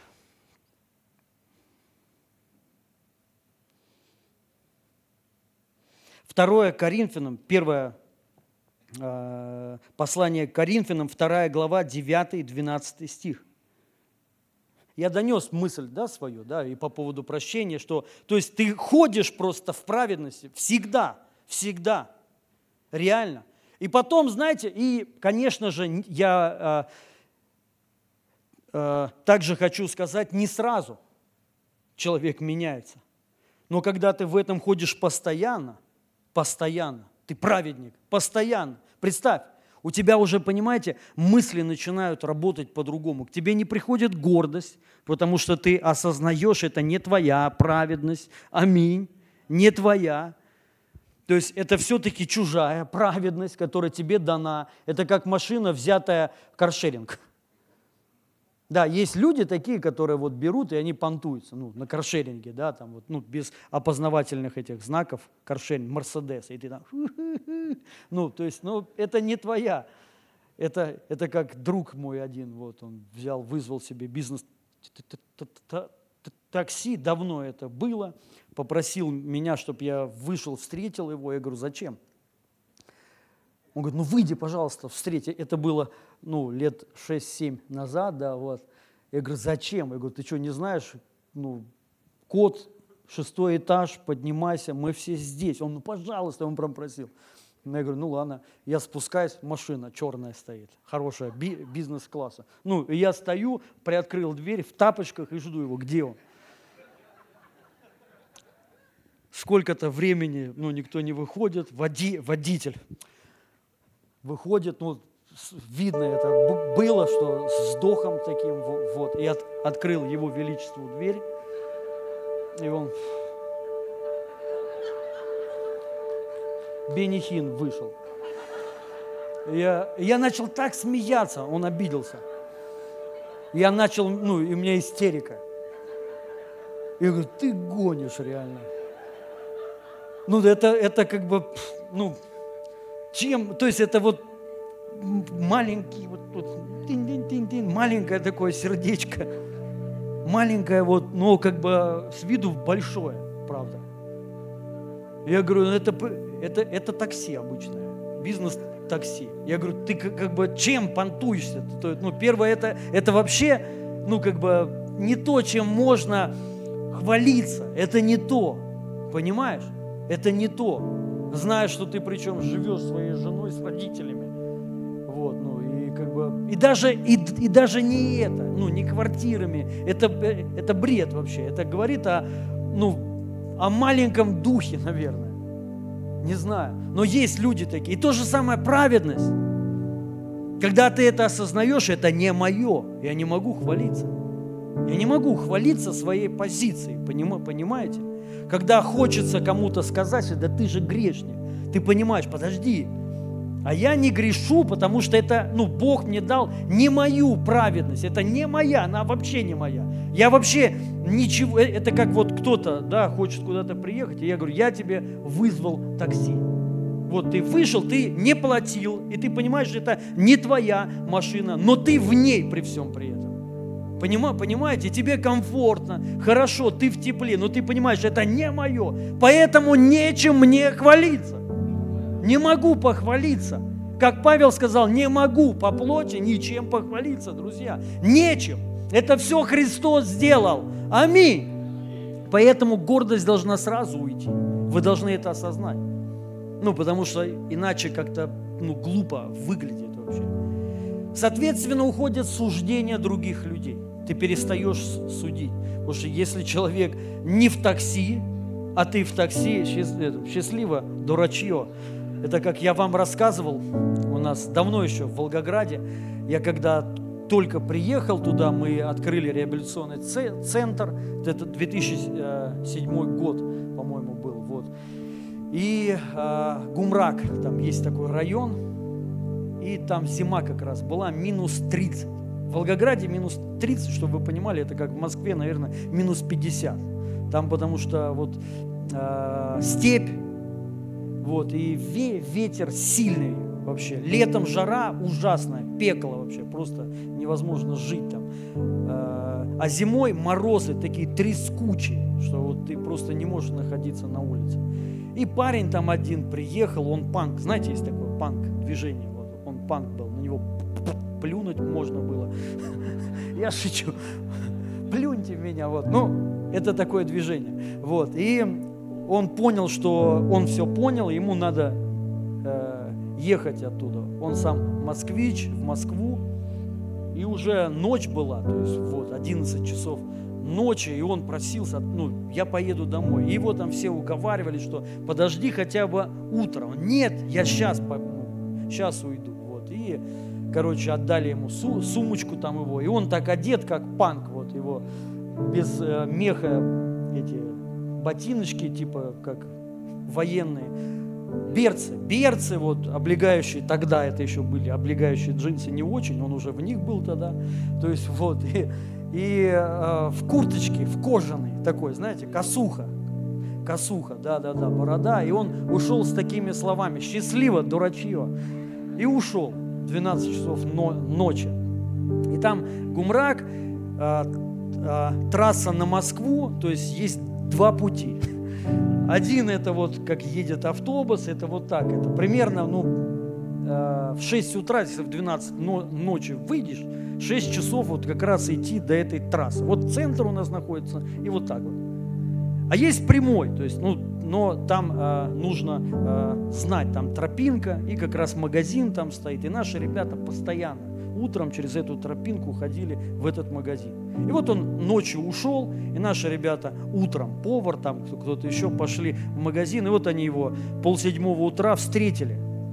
Второе Коринфянам, первое э, послание к Коринфянам, вторая глава, девятый и двенадцатый стих. Я донес мысль, да, свою, да, и по поводу прощения, что, то есть ты ходишь просто в праведности всегда, всегда, реально. И потом, знаете, и, конечно же, я э, э, также хочу сказать, не сразу человек меняется. Но когда ты в этом ходишь постоянно, постоянно, ты праведник, постоянно, представь, у тебя уже, понимаете, мысли начинают работать по-другому. К тебе не приходит гордость, потому что ты осознаешь, это не твоя праведность, аминь, не твоя. То есть это все-таки чужая праведность, которая тебе дана. Это как машина, взятая в каршеринг. Да, есть люди такие, которые вот берут и они понтуются, ну, на каршеринге, да, там вот, ну, без опознавательных этих знаков, каршеринг, Мерседес, и ты там, ну, то есть, ну, это не твоя. Это, это как друг мой один, вот, он взял, вызвал себе бизнес такси, давно это было, попросил меня, чтобы я вышел, встретил его, я говорю, зачем? Он говорит, ну выйди, пожалуйста, встреть. Это было, ну, лет шесть-семь назад, да, вот. Я говорю, зачем? Я говорю, ты что, не знаешь, ну, код, шестой этаж, поднимайся, мы все здесь. Он, ну, пожалуйста, он прям просил. Я говорю, ну ладно, я спускаюсь, машина черная стоит, хорошая, би- бизнес-класса. Ну, и я стою, приоткрыл дверь в тапочках и жду его, где он? Сколько-то времени, ну, никто не выходит, води, водитель выходит, ну, видно это было, что с вздохом таким, вот, и от, открыл его величеству дверь, и он, Бенни Хинн вышел. Я, я начал так смеяться, он обиделся. Я начал, ну, и у меня истерика. Я говорю, ты гонишь реально. Ну, это, это как бы, ну, чем, то есть это вот маленький, вот, вот тин-тин-тин-тин, маленькое такое сердечко, маленькое вот, но как бы с виду большое, правда. Я говорю, ну, это, это, это такси обычное, бизнес-такси. Я говорю, ты как, как бы чем понтуешься? Ну, первое, это, это вообще, ну, как бы не то, чем можно хвалиться, это не то, понимаешь? Это не то. Знаешь, что ты причем живешь своей женой, с родителями. Вот, ну, и как бы, и даже, и, и даже не это, ну, не квартирами. Это, это бред вообще. Это говорит о, ну, о маленьком духе, наверное. Не знаю. Но есть люди такие. И то же самое праведность. Когда ты это осознаешь, это не мое. Я не могу хвалиться. Я не могу хвалиться своей позицией, понимаете? Когда хочется кому-то сказать, да ты же грешник, ты понимаешь, подожди, а я не грешу, потому что это, ну, Бог мне дал не мою праведность, это не моя, она вообще не моя. Я вообще ничего, это как вот кто-то, да, хочет куда-то приехать, и я говорю, я тебе вызвал такси. Вот ты вышел, ты не платил, и ты понимаешь, что это не твоя машина, но ты в ней при всем при этом. Понимаете, тебе комфортно, хорошо, ты в тепле, но ты понимаешь, это не мое, поэтому нечем мне хвалиться. Не могу похвалиться. Как Павел сказал, не могу по плоти ничем похвалиться, друзья. Нечем. Это все Христос сделал. Аминь. Поэтому гордость должна сразу уйти. Вы должны это осознать. Ну, потому что иначе как-то ну, глупо выглядит вообще. Соответственно, уходят суждения других людей. Ты перестаешь судить. Потому что если человек не в такси, а ты в такси, счастливо, дурачье. Это как я вам рассказывал, у нас давно еще в Волгограде, я когда только приехал туда, мы открыли реабилитационный центр, это две тысячи седьмой год, по-моему, был, вот. И э, Гумрак, там есть такой район, и там зима как раз была минус тридцать. В Волгограде минус тридцать, чтобы вы понимали, это как в Москве, наверное, минус пятьдесят. Там потому что вот э, степь, вот, и ве- ветер сильный вообще. Летом жара ужасная, пекло вообще, просто невозможно жить там. А зимой морозы такие трескучие, что вот ты просто не можешь находиться на улице. И парень там один приехал, он панк, знаете, есть такое панк движение, вот, он панк был, на него плюнуть можно было. Я шучу, плюньте в меня, вот, ну, это такое движение, вот, и он понял, что он все понял, ему надо э, ехать оттуда. Он сам москвич, в Москву, и уже ночь была, то есть вот одиннадцать часов ночи, и он просился, ну, я поеду домой. И его там все уговаривали, что подожди хотя бы утром. Нет, я сейчас, ну, сейчас уйду. Вот. И, короче, отдали ему су- сумочку там его, и он так одет, как панк, вот его без э, меха эти ботиночки, типа как военные, берцы, берцы вот облегающие, тогда это еще были облегающие джинсы, не очень, он уже в них был тогда, то есть вот, и, и э, в курточке, в кожаной такой, знаете, косуха, косуха, да-да-да, борода, и он ушел с такими словами: счастливо, дурачье, и ушел в двенадцать часов но, ночи, и там Гумрак, э, э, трасса на Москву, то есть есть два пути. Один это вот как едет автобус, это вот так, это примерно, ну, э, в шесть утра, если в двенадцать но, ночи выйдешь, шесть часов вот как раз идти до этой трассы. Вот центр у нас находится, и вот так вот. А есть прямой, то есть, ну, но там э, нужно э, знать, там тропинка, и как раз магазин там стоит, и наши ребята постоянно утром через эту тропинку ходили в этот магазин. И вот он ночью ушел, и наши ребята утром, повар там, кто-то еще, пошли в магазин, и вот они его полседьмого утра встретили.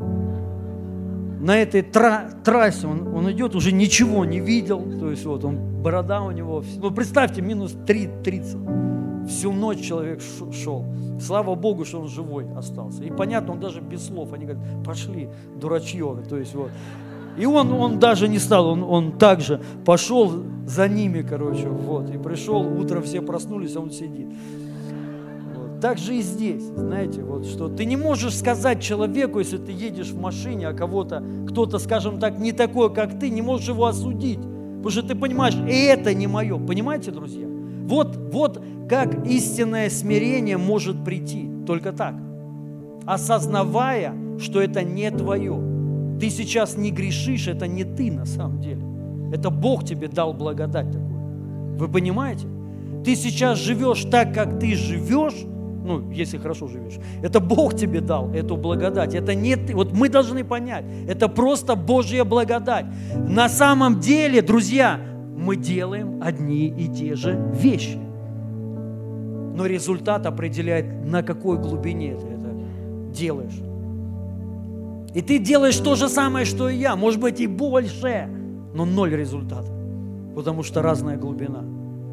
На этой тра- трассе он, он идет, уже ничего не видел, то есть вот он, борода у него, ну представьте, минус тридцать. Всю ночь человек шел. Слава Богу, что он живой остался. И понятно, он даже без слов, они говорят, пошли, дурачье, то есть вот. И он, он даже не стал, он, он также пошел за ними, короче, вот, и пришел, утром все проснулись, а он сидит. Вот. Так же и здесь, знаете, вот, что ты не можешь сказать человеку, если ты едешь в машине, а кого-то, кто-то, скажем так, не такой, как ты, не можешь его осудить, потому что ты понимаешь, и это не мое, понимаете, друзья? Вот, вот как истинное смирение может прийти, только так, осознавая, что это не твое. Ты сейчас не грешишь, это не ты на самом деле. Это Бог тебе дал благодать такую. Вы понимаете? Ты сейчас живешь так, как ты живешь, ну, если хорошо живешь, это Бог тебе дал эту благодать. Это не ты. Вот мы должны понять, это просто Божья благодать. На самом деле, друзья, мы делаем одни и те же вещи. Но результат определяет, на какой глубине ты это делаешь. И ты делаешь то же самое, что и я, может быть и больше, но ноль результата, потому что разная глубина.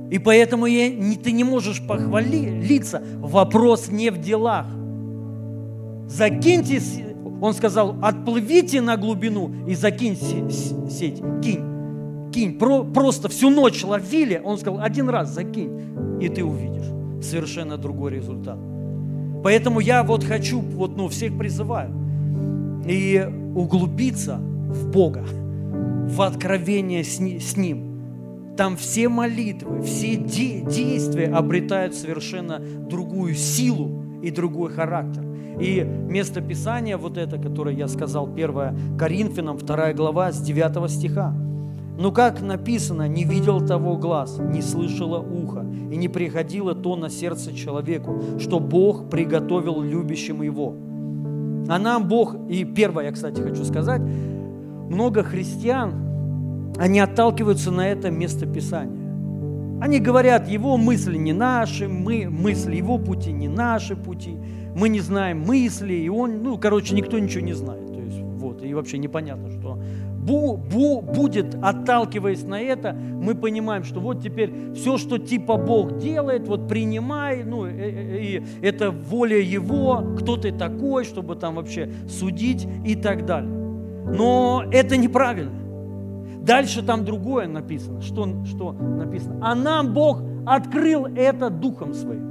И поэтому я, не, ты не можешь похвалиться. Вопрос не в делах. Закиньте, он сказал, отплывите на глубину и закинь сеть. Кинь, кинь. Про, просто всю ночь ловили. Он сказал, один раз закинь, и ты увидишь совершенно другой результат. Поэтому я вот хочу, вот, ну, всех призываю и углубиться в Бога, в откровение с Ним. Там все молитвы, все де- действия обретают совершенно другую силу и другой характер. И место Писания, вот это, которое я сказал, первое Коринфянам, вторая глава, с девятого стиха. «Ну, как написано, не видел того глаз, не слышало ухо, и не приходило то на сердце человеку, что Бог приготовил любящим Его». А нам Бог, и первое, я, кстати, хочу сказать, много христиан, они отталкиваются на это место Писания. Они говорят, Его мысли не наши, мы, мысли Его пути не наши пути, мы не знаем мысли, и Он, ну, короче, никто ничего не знает. То есть, вот, и вообще непонятно, что бу, бу, будет, отталкиваясь на это, мы понимаем, что вот теперь все, что типа Бог делает, вот принимай, ну, и, и это воля Его, кто ты такой, чтобы там вообще судить и так далее. Но это неправильно. Дальше там другое написано. Что, что написано? А нам Бог открыл это Духом Своим.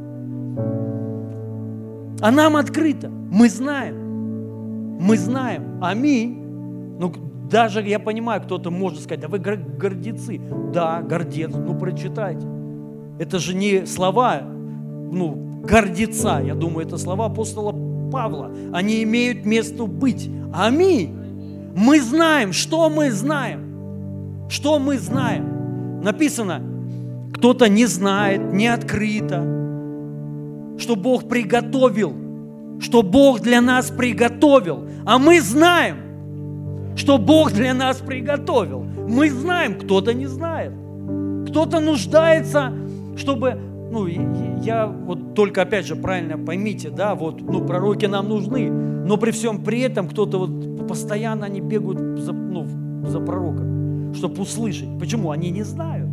А нам открыто. Мы знаем. Мы знаем. Аминь. Ну, даже я понимаю, кто-то может сказать, да вы гордецы. Да, гордец. Ну, прочитайте. Это же не слова, ну, гордеца. Я думаю, это слова апостола Павла. Они имеют место быть. Аминь. Мы знаем. Что мы знаем? Что мы знаем? Написано, кто-то не знает, не открыто, что Бог приготовил, что Бог для нас приготовил. А мы знаем, что Бог для нас приготовил. Мы знаем, кто-то не знает. Кто-то нуждается, чтобы, ну, я вот только опять же правильно поймите, да, вот, ну, пророки нам нужны, но при всем при этом кто-то вот постоянно они бегают за, ну, за пророком, чтобы услышать. Почему? Они не знают.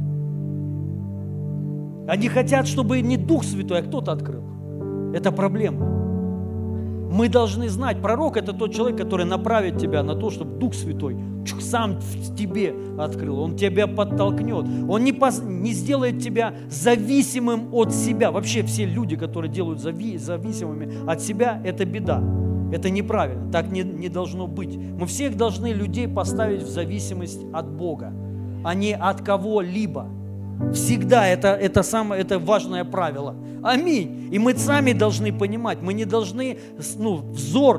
Они хотят, чтобы не Дух Святой, а кто-то открыл. Это проблема. Мы должны знать, пророк – это тот человек, который направит тебя на то, чтобы Дух Святой сам в тебе открыл. Он тебя подтолкнет. Он не, пос... не сделает тебя зависимым от себя. Вообще все люди, которые делают зави... зависимыми от себя, это беда. Это неправильно, так не, не должно быть. Мы всех должны людей поставить в зависимость от Бога, а не от кого-либо. Всегда это, это самое это важное правило. Аминь. И мы сами должны понимать, мы не должны, ну, взор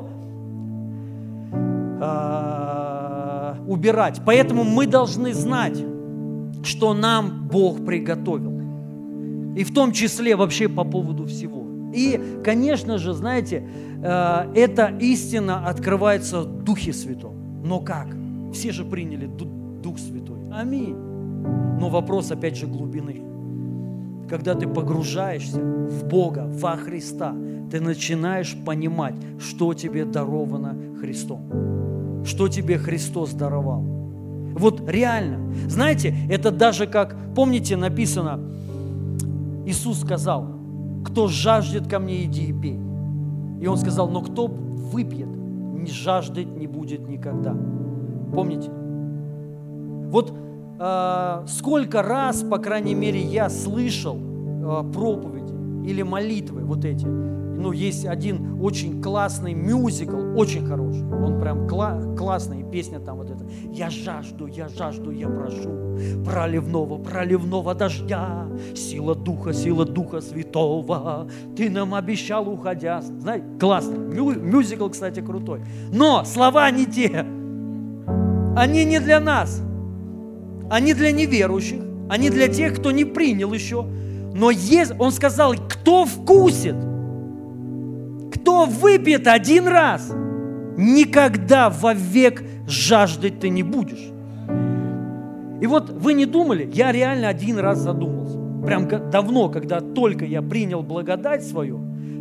э, убирать. Поэтому мы должны знать, что нам Бог приготовил. И в том числе вообще по поводу всего. И, конечно же, знаете, э, эта истина открывается в Духе Святом. Но как? Все же приняли Дух Святой. Аминь. Но вопрос, опять же, глубины. Когда ты погружаешься в Бога, во Христа, ты начинаешь понимать, что тебе даровано Христом. Что тебе Христос даровал. Вот реально. Знаете, это даже как, помните, написано, Иисус сказал, кто жаждет ко мне, иди и пей. И Он сказал, но кто выпьет, не жаждать не будет никогда. Помните? Вот э, сколько раз, по крайней мере, я слышал э, проповеди или молитвы вот эти. Ну, есть один очень классный мюзикл, очень хороший. Он прям кла- классный, песня там вот эта. Я жажду, я жажду, я прошу проливного, проливного дождя, сила Духа, сила Духа Святого, Ты нам обещал, уходя. Знаете, классно. Мю- мюзикл, кстати, крутой. Но слова не те. Они не для нас. Они для неверующих. Они для тех, кто не принял еще. Но есть, он сказал, кто вкусит, кто выпьет один раз, никогда вовек жаждать ты не будешь. И вот вы не думали, я реально один раз задумался. Прям давно, когда только я принял благодать свою,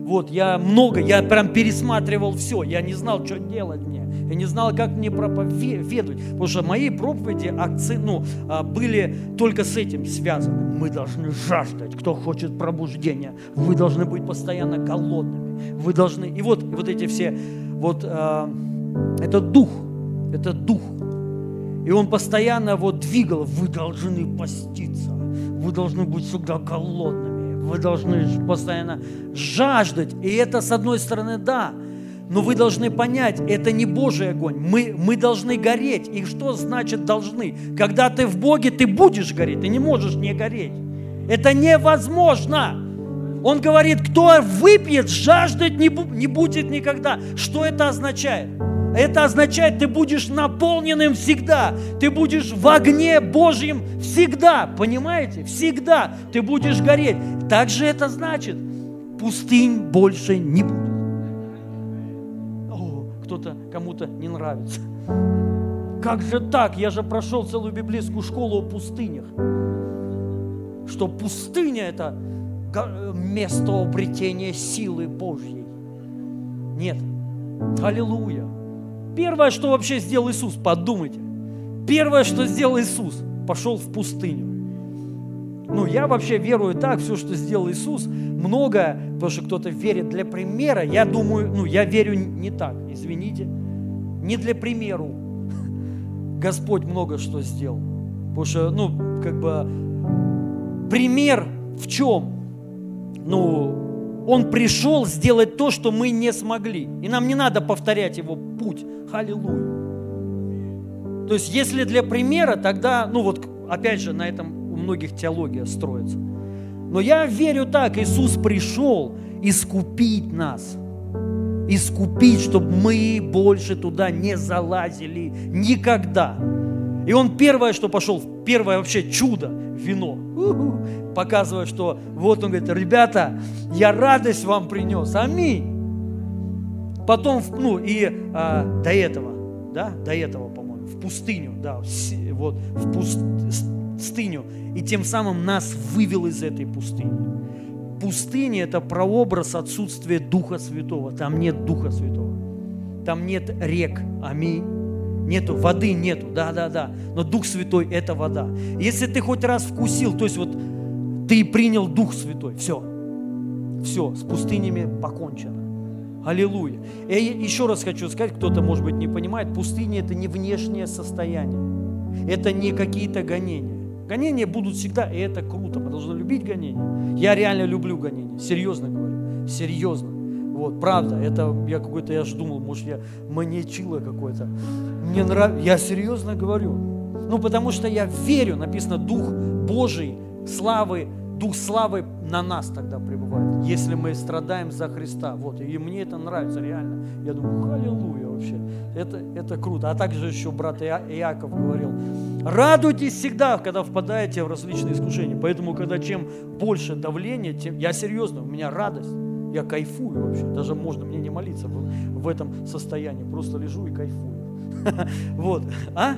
Вот, я много, я прям пересматривал все, я не знал, что делать мне, я не знал, как мне проповедовать, потому что мои проповеди акци, ну, были только с этим связаны. Мы должны жаждать, кто хочет пробуждения, вы должны быть постоянно голодными, вы должны, и вот, вот эти все, вот, э, это дух, это дух, и он постоянно вот двигал, вы должны поститься, вы должны быть всегда голодными. Вы должны постоянно жаждать. И это, с одной стороны, да. Но вы должны понять, это не Божий огонь. Мы, мы должны гореть. И что значит должны? Когда ты в Боге, ты будешь гореть. Ты не можешь не гореть. Это невозможно. Он говорит, кто выпьет, жаждать не, бу- не будет никогда. Что это означает? Это означает, ты будешь наполненным всегда. Ты будешь в огне Божьем всегда. Понимаете? Всегда ты будешь гореть. Также это значит, пустынь больше не будет. О, кто-то, кому-то не нравится. Как же так? Я же прошел целую библейскую школу о пустынях. Что пустыня – это место обретения силы Божьей. Нет. Аллилуйя. Первое, что вообще сделал Иисус, подумайте. Первое, что сделал Иисус, пошел в пустыню. Ну, я вообще верую так, все, что сделал Иисус, многое, потому что кто-то верит для примера, я думаю, ну, я верю не так, извините, не для примеру. Господь много что сделал. Потому что, ну, как бы, пример в чем? Ну, Он пришел сделать то, что мы не смогли. И нам не надо повторять Его путь. Аллилуйя. То есть, если для примера, тогда, ну вот, опять же, на этом у многих теология строится. Но я верю так, Иисус пришел искупить нас. Искупить, чтобы мы больше туда не залазили никогда. И Он первое, что пошел, первое вообще чудо, вино. У-ху. Показывая, что вот Он говорит, ребята, я радость вам принес, аминь. Потом, ну и а, до этого, да, до этого, по-моему, в пустыню, да, вот в пустыню, и тем самым нас вывел из этой пустыни. Пустыня – это прообраз отсутствия Духа Святого, там нет Духа Святого, там нет рек, аминь. Нету, воды нету, да-да-да, но Дух Святой – это вода. Если ты хоть раз вкусил, то есть вот ты принял Дух Святой, все, все, с пустынями покончено. Аллилуйя. Я еще раз хочу сказать, кто-то, может быть, не понимает, пустыня – это не внешнее состояние, это не какие-то гонения. Гонения будут всегда, и это круто, мы должны любить гонения. Я реально люблю гонения, серьезно говорю, серьезно. Вот, правда, это я какой-то, я же думал, может, я маньячило какой-то. Мне нравится, я серьезно говорю. Ну, потому что я верю, написано, Дух Божий, славы, Дух славы на нас тогда пребывает, если мы страдаем за Христа. Вот, и мне это нравится реально. Я думаю, аллилуйя вообще, это, это круто. А также еще брат Иаков говорил, радуйтесь всегда, когда впадаете в различные искушения. Поэтому, когда чем больше давления, тем, я серьезно, у меня радость. Я кайфую вообще, даже можно мне не молиться в, в этом состоянии, просто лежу и кайфую. Вот, а?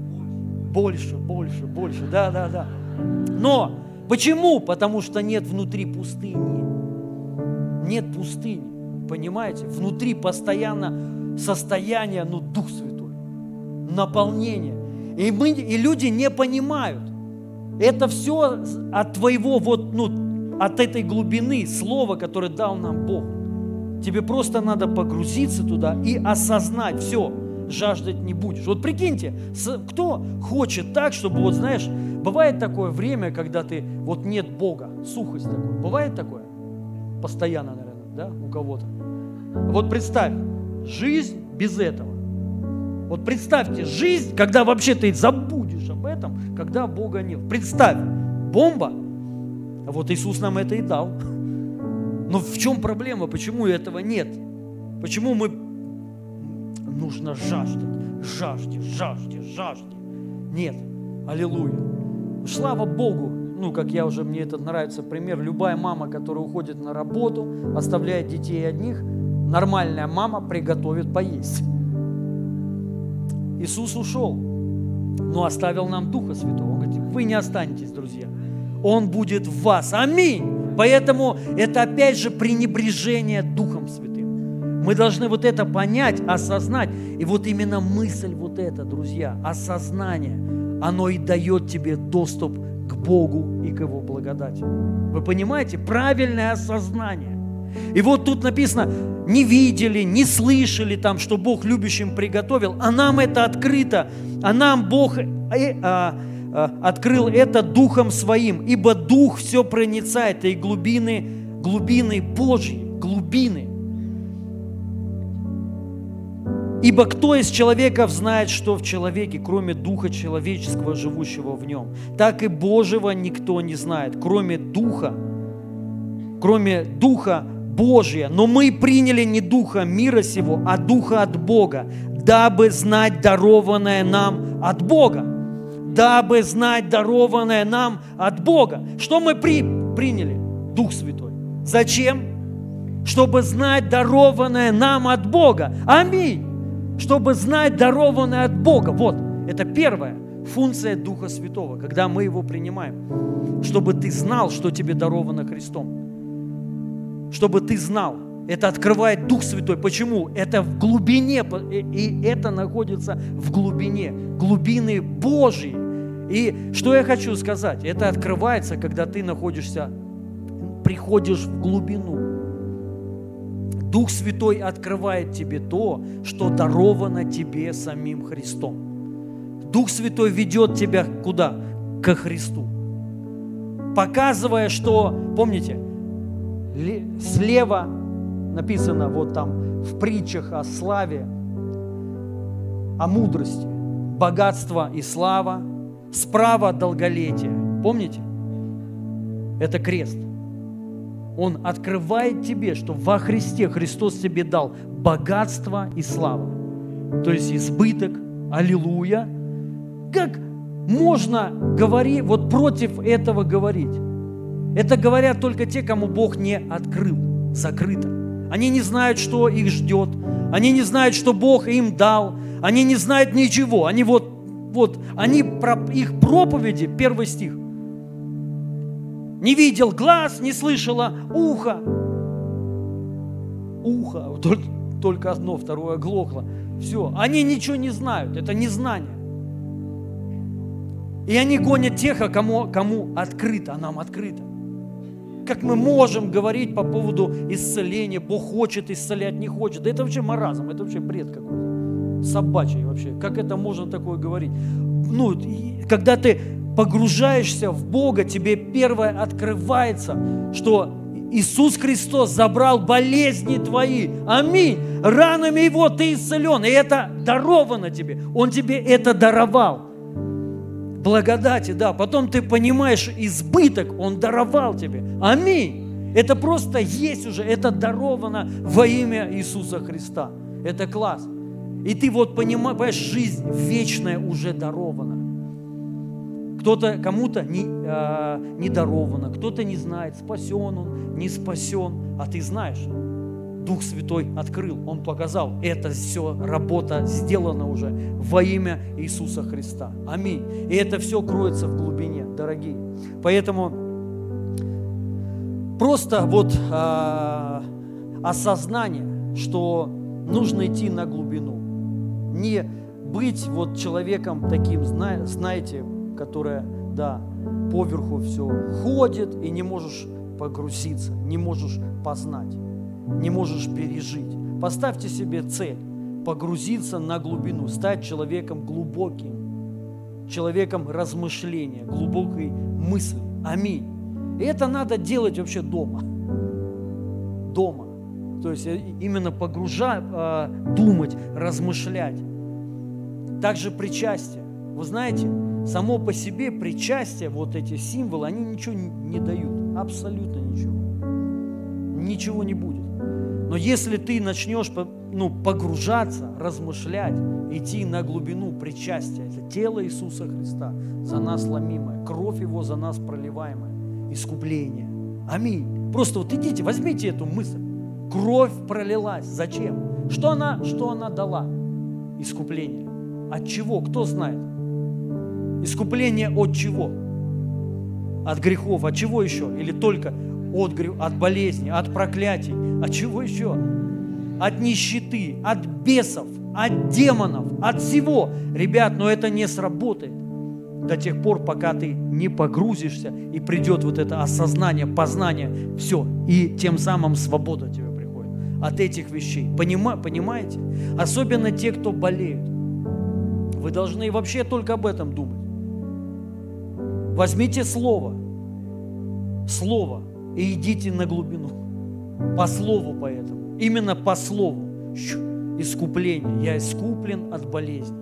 Больше, больше, больше, да, да, да. Но почему? Потому что нет внутри пустыни. Нет пустыни, понимаете? Внутри постоянно состояние, ну, Дух Святой, наполнение. И, мы, и люди не понимают. Это все от твоего вот, ну, от этой глубины слова, которое дал нам Бог. Тебе просто надо погрузиться туда и осознать, все, жаждать не будешь. Вот прикиньте, кто хочет так, чтобы, вот знаешь, бывает такое время, когда ты, вот нет Бога, сухость такая, бывает такое? Постоянно, наверное, да, у кого-то. Вот представь, жизнь без этого. Вот представьте, жизнь, когда вообще ты забудешь об этом, когда Бога нет. Представь, бомба. А вот Иисус нам это и дал. Но в чем проблема? Почему этого нет? Почему мы... Нужно жаждать, жажде, жажде, жажде. Нет. Аллилуйя. Слава Богу. Ну, как я уже, мне это нравится пример. Любая мама, которая уходит на работу, оставляет детей одних, нормальная мама приготовит поесть. Иисус ушел, но оставил нам Духа Святого. Он говорит, вы не останетесь, друзья. Он будет в вас. Аминь. Поэтому это опять же пренебрежение Духом Святым. Мы должны вот это понять, осознать. И вот именно мысль вот эта, друзья, осознание, оно и дает тебе доступ к Богу и к Его благодати. Вы понимаете? Правильное осознание. И вот тут написано, не видели, не слышали там, что Бог любящим приготовил, а нам это открыто, а нам Бог э, а, а, открыл это Духом Своим, ибо Дух все проницает, и глубины, глубины Божьи, глубины. Ибо кто из человеков знает, что в человеке, кроме Духа человеческого, живущего в нем? Так и Божьего никто не знает, кроме Духа, кроме Духа Божия. Но мы приняли не Духа мира сего, а Духа от Бога, дабы знать дарованное нам от Бога. Дабы знать дарованное нам от Бога. Что мы при, приняли? Дух Святой. Зачем? Чтобы знать дарованное нам от Бога. Аминь. Чтобы знать дарованное от Бога. Вот, это первая функция Духа Святого, когда мы Его принимаем. Чтобы ты знал, что тебе даровано Христом. Чтобы ты знал. Это открывает Дух Святой. Почему? Это в глубине, и это находится в глубине, глубины Божьей. И что я хочу сказать? Это открывается, когда ты находишься, приходишь в глубину. Дух Святой открывает тебе то, что даровано тебе самим Христом. Дух Святой ведет тебя куда? Ко Христу. Показывая, что, помните, слева написано вот там в притчах о славе, о мудрости, богатство и слава, справа долголетие. Помните? Это крест. Он открывает тебе, что во Христе Христос тебе дал богатство и славу. То есть избыток, аллилуйя. Как можно говорить, вот против этого говорить? Это говорят только те, кому Бог не открыл, закрыто. Они не знают, что их ждет. Они не знают, что Бог им дал. Они не знают ничего. Они вот, вот, они, их проповеди, первый стих. Не видел глаз, не слышало ухо. Ухо, только, только одно, второе оглохло. Все, они ничего не знают, это незнание. И они гонят тех, а кому, кому открыто, а нам открыто. Как мы можем говорить по поводу исцеления, Бог хочет исцелять, не хочет. Да это вообще маразм, это вообще бред какой-то. Собачий вообще. Как это можно такое говорить? Ну, когда ты погружаешься в Бога, тебе первое открывается, что Иисус Христос забрал болезни твои. Аминь. Ранами Его ты исцелен. И это даровано тебе. Он тебе это даровал. Благодати, да. Потом ты понимаешь избыток, Он даровал тебе. Аминь. Это просто есть уже, это даровано во имя Иисуса Христа. Это класс. И ты вот понимаешь, жизнь вечная уже дарована. Кто-то, кому-то не, а, не даровано, кто-то не знает, спасен он, не спасен, а ты знаешь. Дух Святой открыл, Он показал, это все работа сделана уже во имя Иисуса Христа. Аминь. И это все кроется в глубине, дорогие. Поэтому просто вот а, осознание, что нужно идти на глубину. Не быть вот человеком таким, знаете, которое, да, поверху все ходит, и не можешь погрузиться, не можешь познать, не можешь пережить. Поставьте себе цель погрузиться на глубину, стать человеком глубоким, человеком размышления, глубокой мысли. Аминь. И это надо делать вообще дома. Дома. То есть именно погружать, думать, размышлять. Также причастие. Вы знаете, само по себе причастие, вот эти символы, они ничего не дают. Абсолютно ничего. Ничего не будет. Но если ты начнешь ну, погружаться, размышлять, идти на глубину причастия, это тело Иисуса Христа, за нас ломимое, кровь Его за нас проливаемая, искупление. Аминь. Просто вот идите, возьмите эту мысль. Кровь пролилась. Зачем? Что она, что она дала? Искупление. От чего? Кто знает? Искупление от чего? От грехов. От чего еще? Или только от, от болезни, от проклятий. От чего еще? От нищеты, от бесов, от демонов, от всего. Ребят, но это не сработает до тех пор, пока ты не погрузишься, и придет вот это осознание, познание, все, и тем самым свобода тебе приходит от этих вещей. Понима, понимаете? Особенно те, кто болеют. Вы должны вообще только об этом думать. Возьмите слово, слово, и идите на глубину. По слову поэтому. Именно по слову. Искупление. Я искуплен от болезни.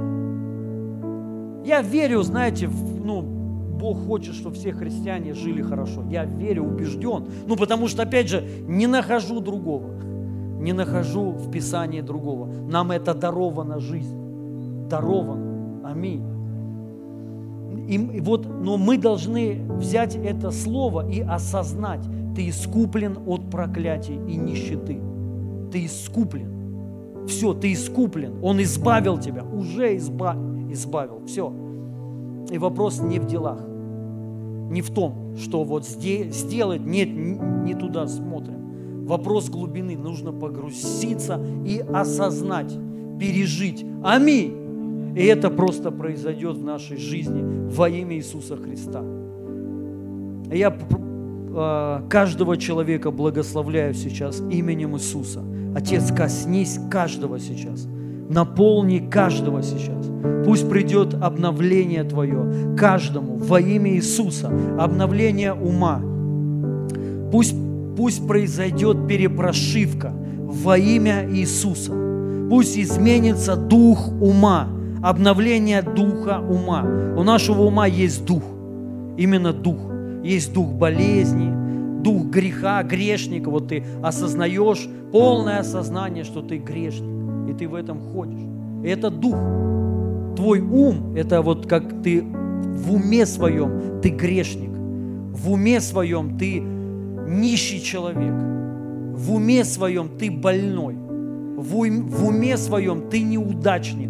Я верю, знаете, в, ну, Бог хочет, чтобы все христиане жили хорошо. Я верю, убежден. Ну, потому что, опять же, не нахожу другого. Не нахожу в Писании другого. Нам это дарована жизнь. Даровано. Аминь. И, и вот, но мы должны взять это слово и осознать. Ты искуплен от проклятий и нищеты. Ты искуплен. Все, ты искуплен. Он избавил тебя. Уже изба... избавил. Все. И вопрос не в делах. Не в том, что вот сделать. Нет, не туда смотрим. Вопрос глубины. Нужно погрузиться и осознать. Пережить. Аминь. И это просто произойдет в нашей жизни во имя Иисуса Христа. Я э, каждого человека благословляю сейчас именем Иисуса. Отец, коснись каждого сейчас. Наполни каждого сейчас. Пусть придет обновление Твое каждому во имя Иисуса. Обновление ума. Пусть, пусть произойдет перепрошивка во имя Иисуса. Пусть изменится дух ума. Обновление духа ума. У нашего ума есть дух. Именно дух. Есть дух болезни, дух греха, грешника. Вот ты осознаешь, полное осознание, что ты грешник. И ты в этом ходишь. И это дух. Твой ум, это вот как ты в уме своем, ты грешник. В уме своем ты нищий человек. В уме своем ты больной. В уме своем ты неудачник.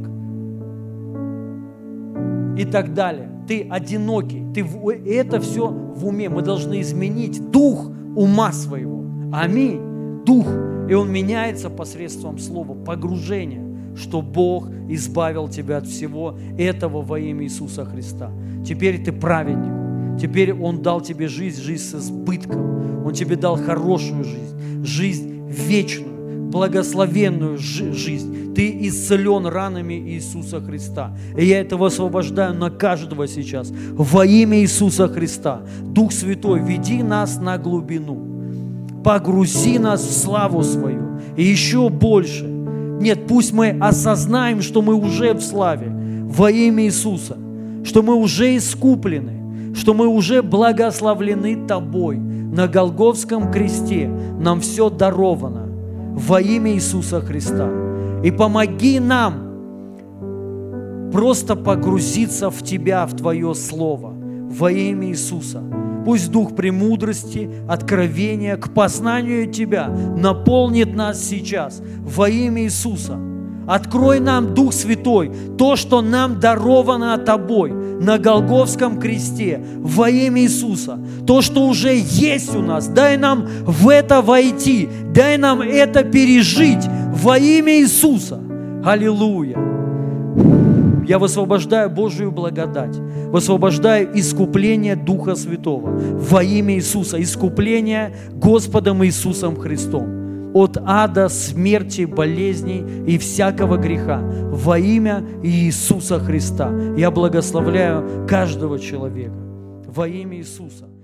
И так далее. Ты одинокий. Ты в... Это все в уме. Мы должны изменить дух ума своего. Аминь. Дух. И он меняется посредством слова погружения, что Бог избавил тебя от всего этого во имя Иисуса Христа. Теперь ты праведник. Теперь Он дал тебе жизнь, жизнь с избытком. Он тебе дал хорошую жизнь, жизнь вечную, благословенную жизнь. Ты исцелен ранами Иисуса Христа. И я этого освобождаю на каждого сейчас. Во имя Иисуса Христа. Дух Святой, веди нас на глубину. Погрузи нас в славу свою. И еще больше. Нет, пусть мы осознаем, что мы уже в славе. Во имя Иисуса. Что мы уже искуплены. Что мы уже благословлены Тобой. На Голгофском кресте нам все даровано. Во имя Иисуса Христа. И помоги нам просто погрузиться в Тебя, в Твое Слово. Во имя Иисуса. Пусть Дух премудрости, откровения к познанию Тебя наполнит нас сейчас. Во имя Иисуса. Открой нам, Дух Святой, то, что нам даровано Тобой на Голгофском кресте во имя Иисуса. То, что уже есть у нас. Дай нам в это войти. Дай нам это пережить во имя Иисуса. Аллилуйя. Я высвобождаю Божию благодать. Высвобождаю искупление Духа Святого во имя Иисуса. Искупление Господом Иисусом Христом от ада, смерти, болезней и всякого греха во имя Иисуса Христа. Я благословляю каждого человека во имя Иисуса.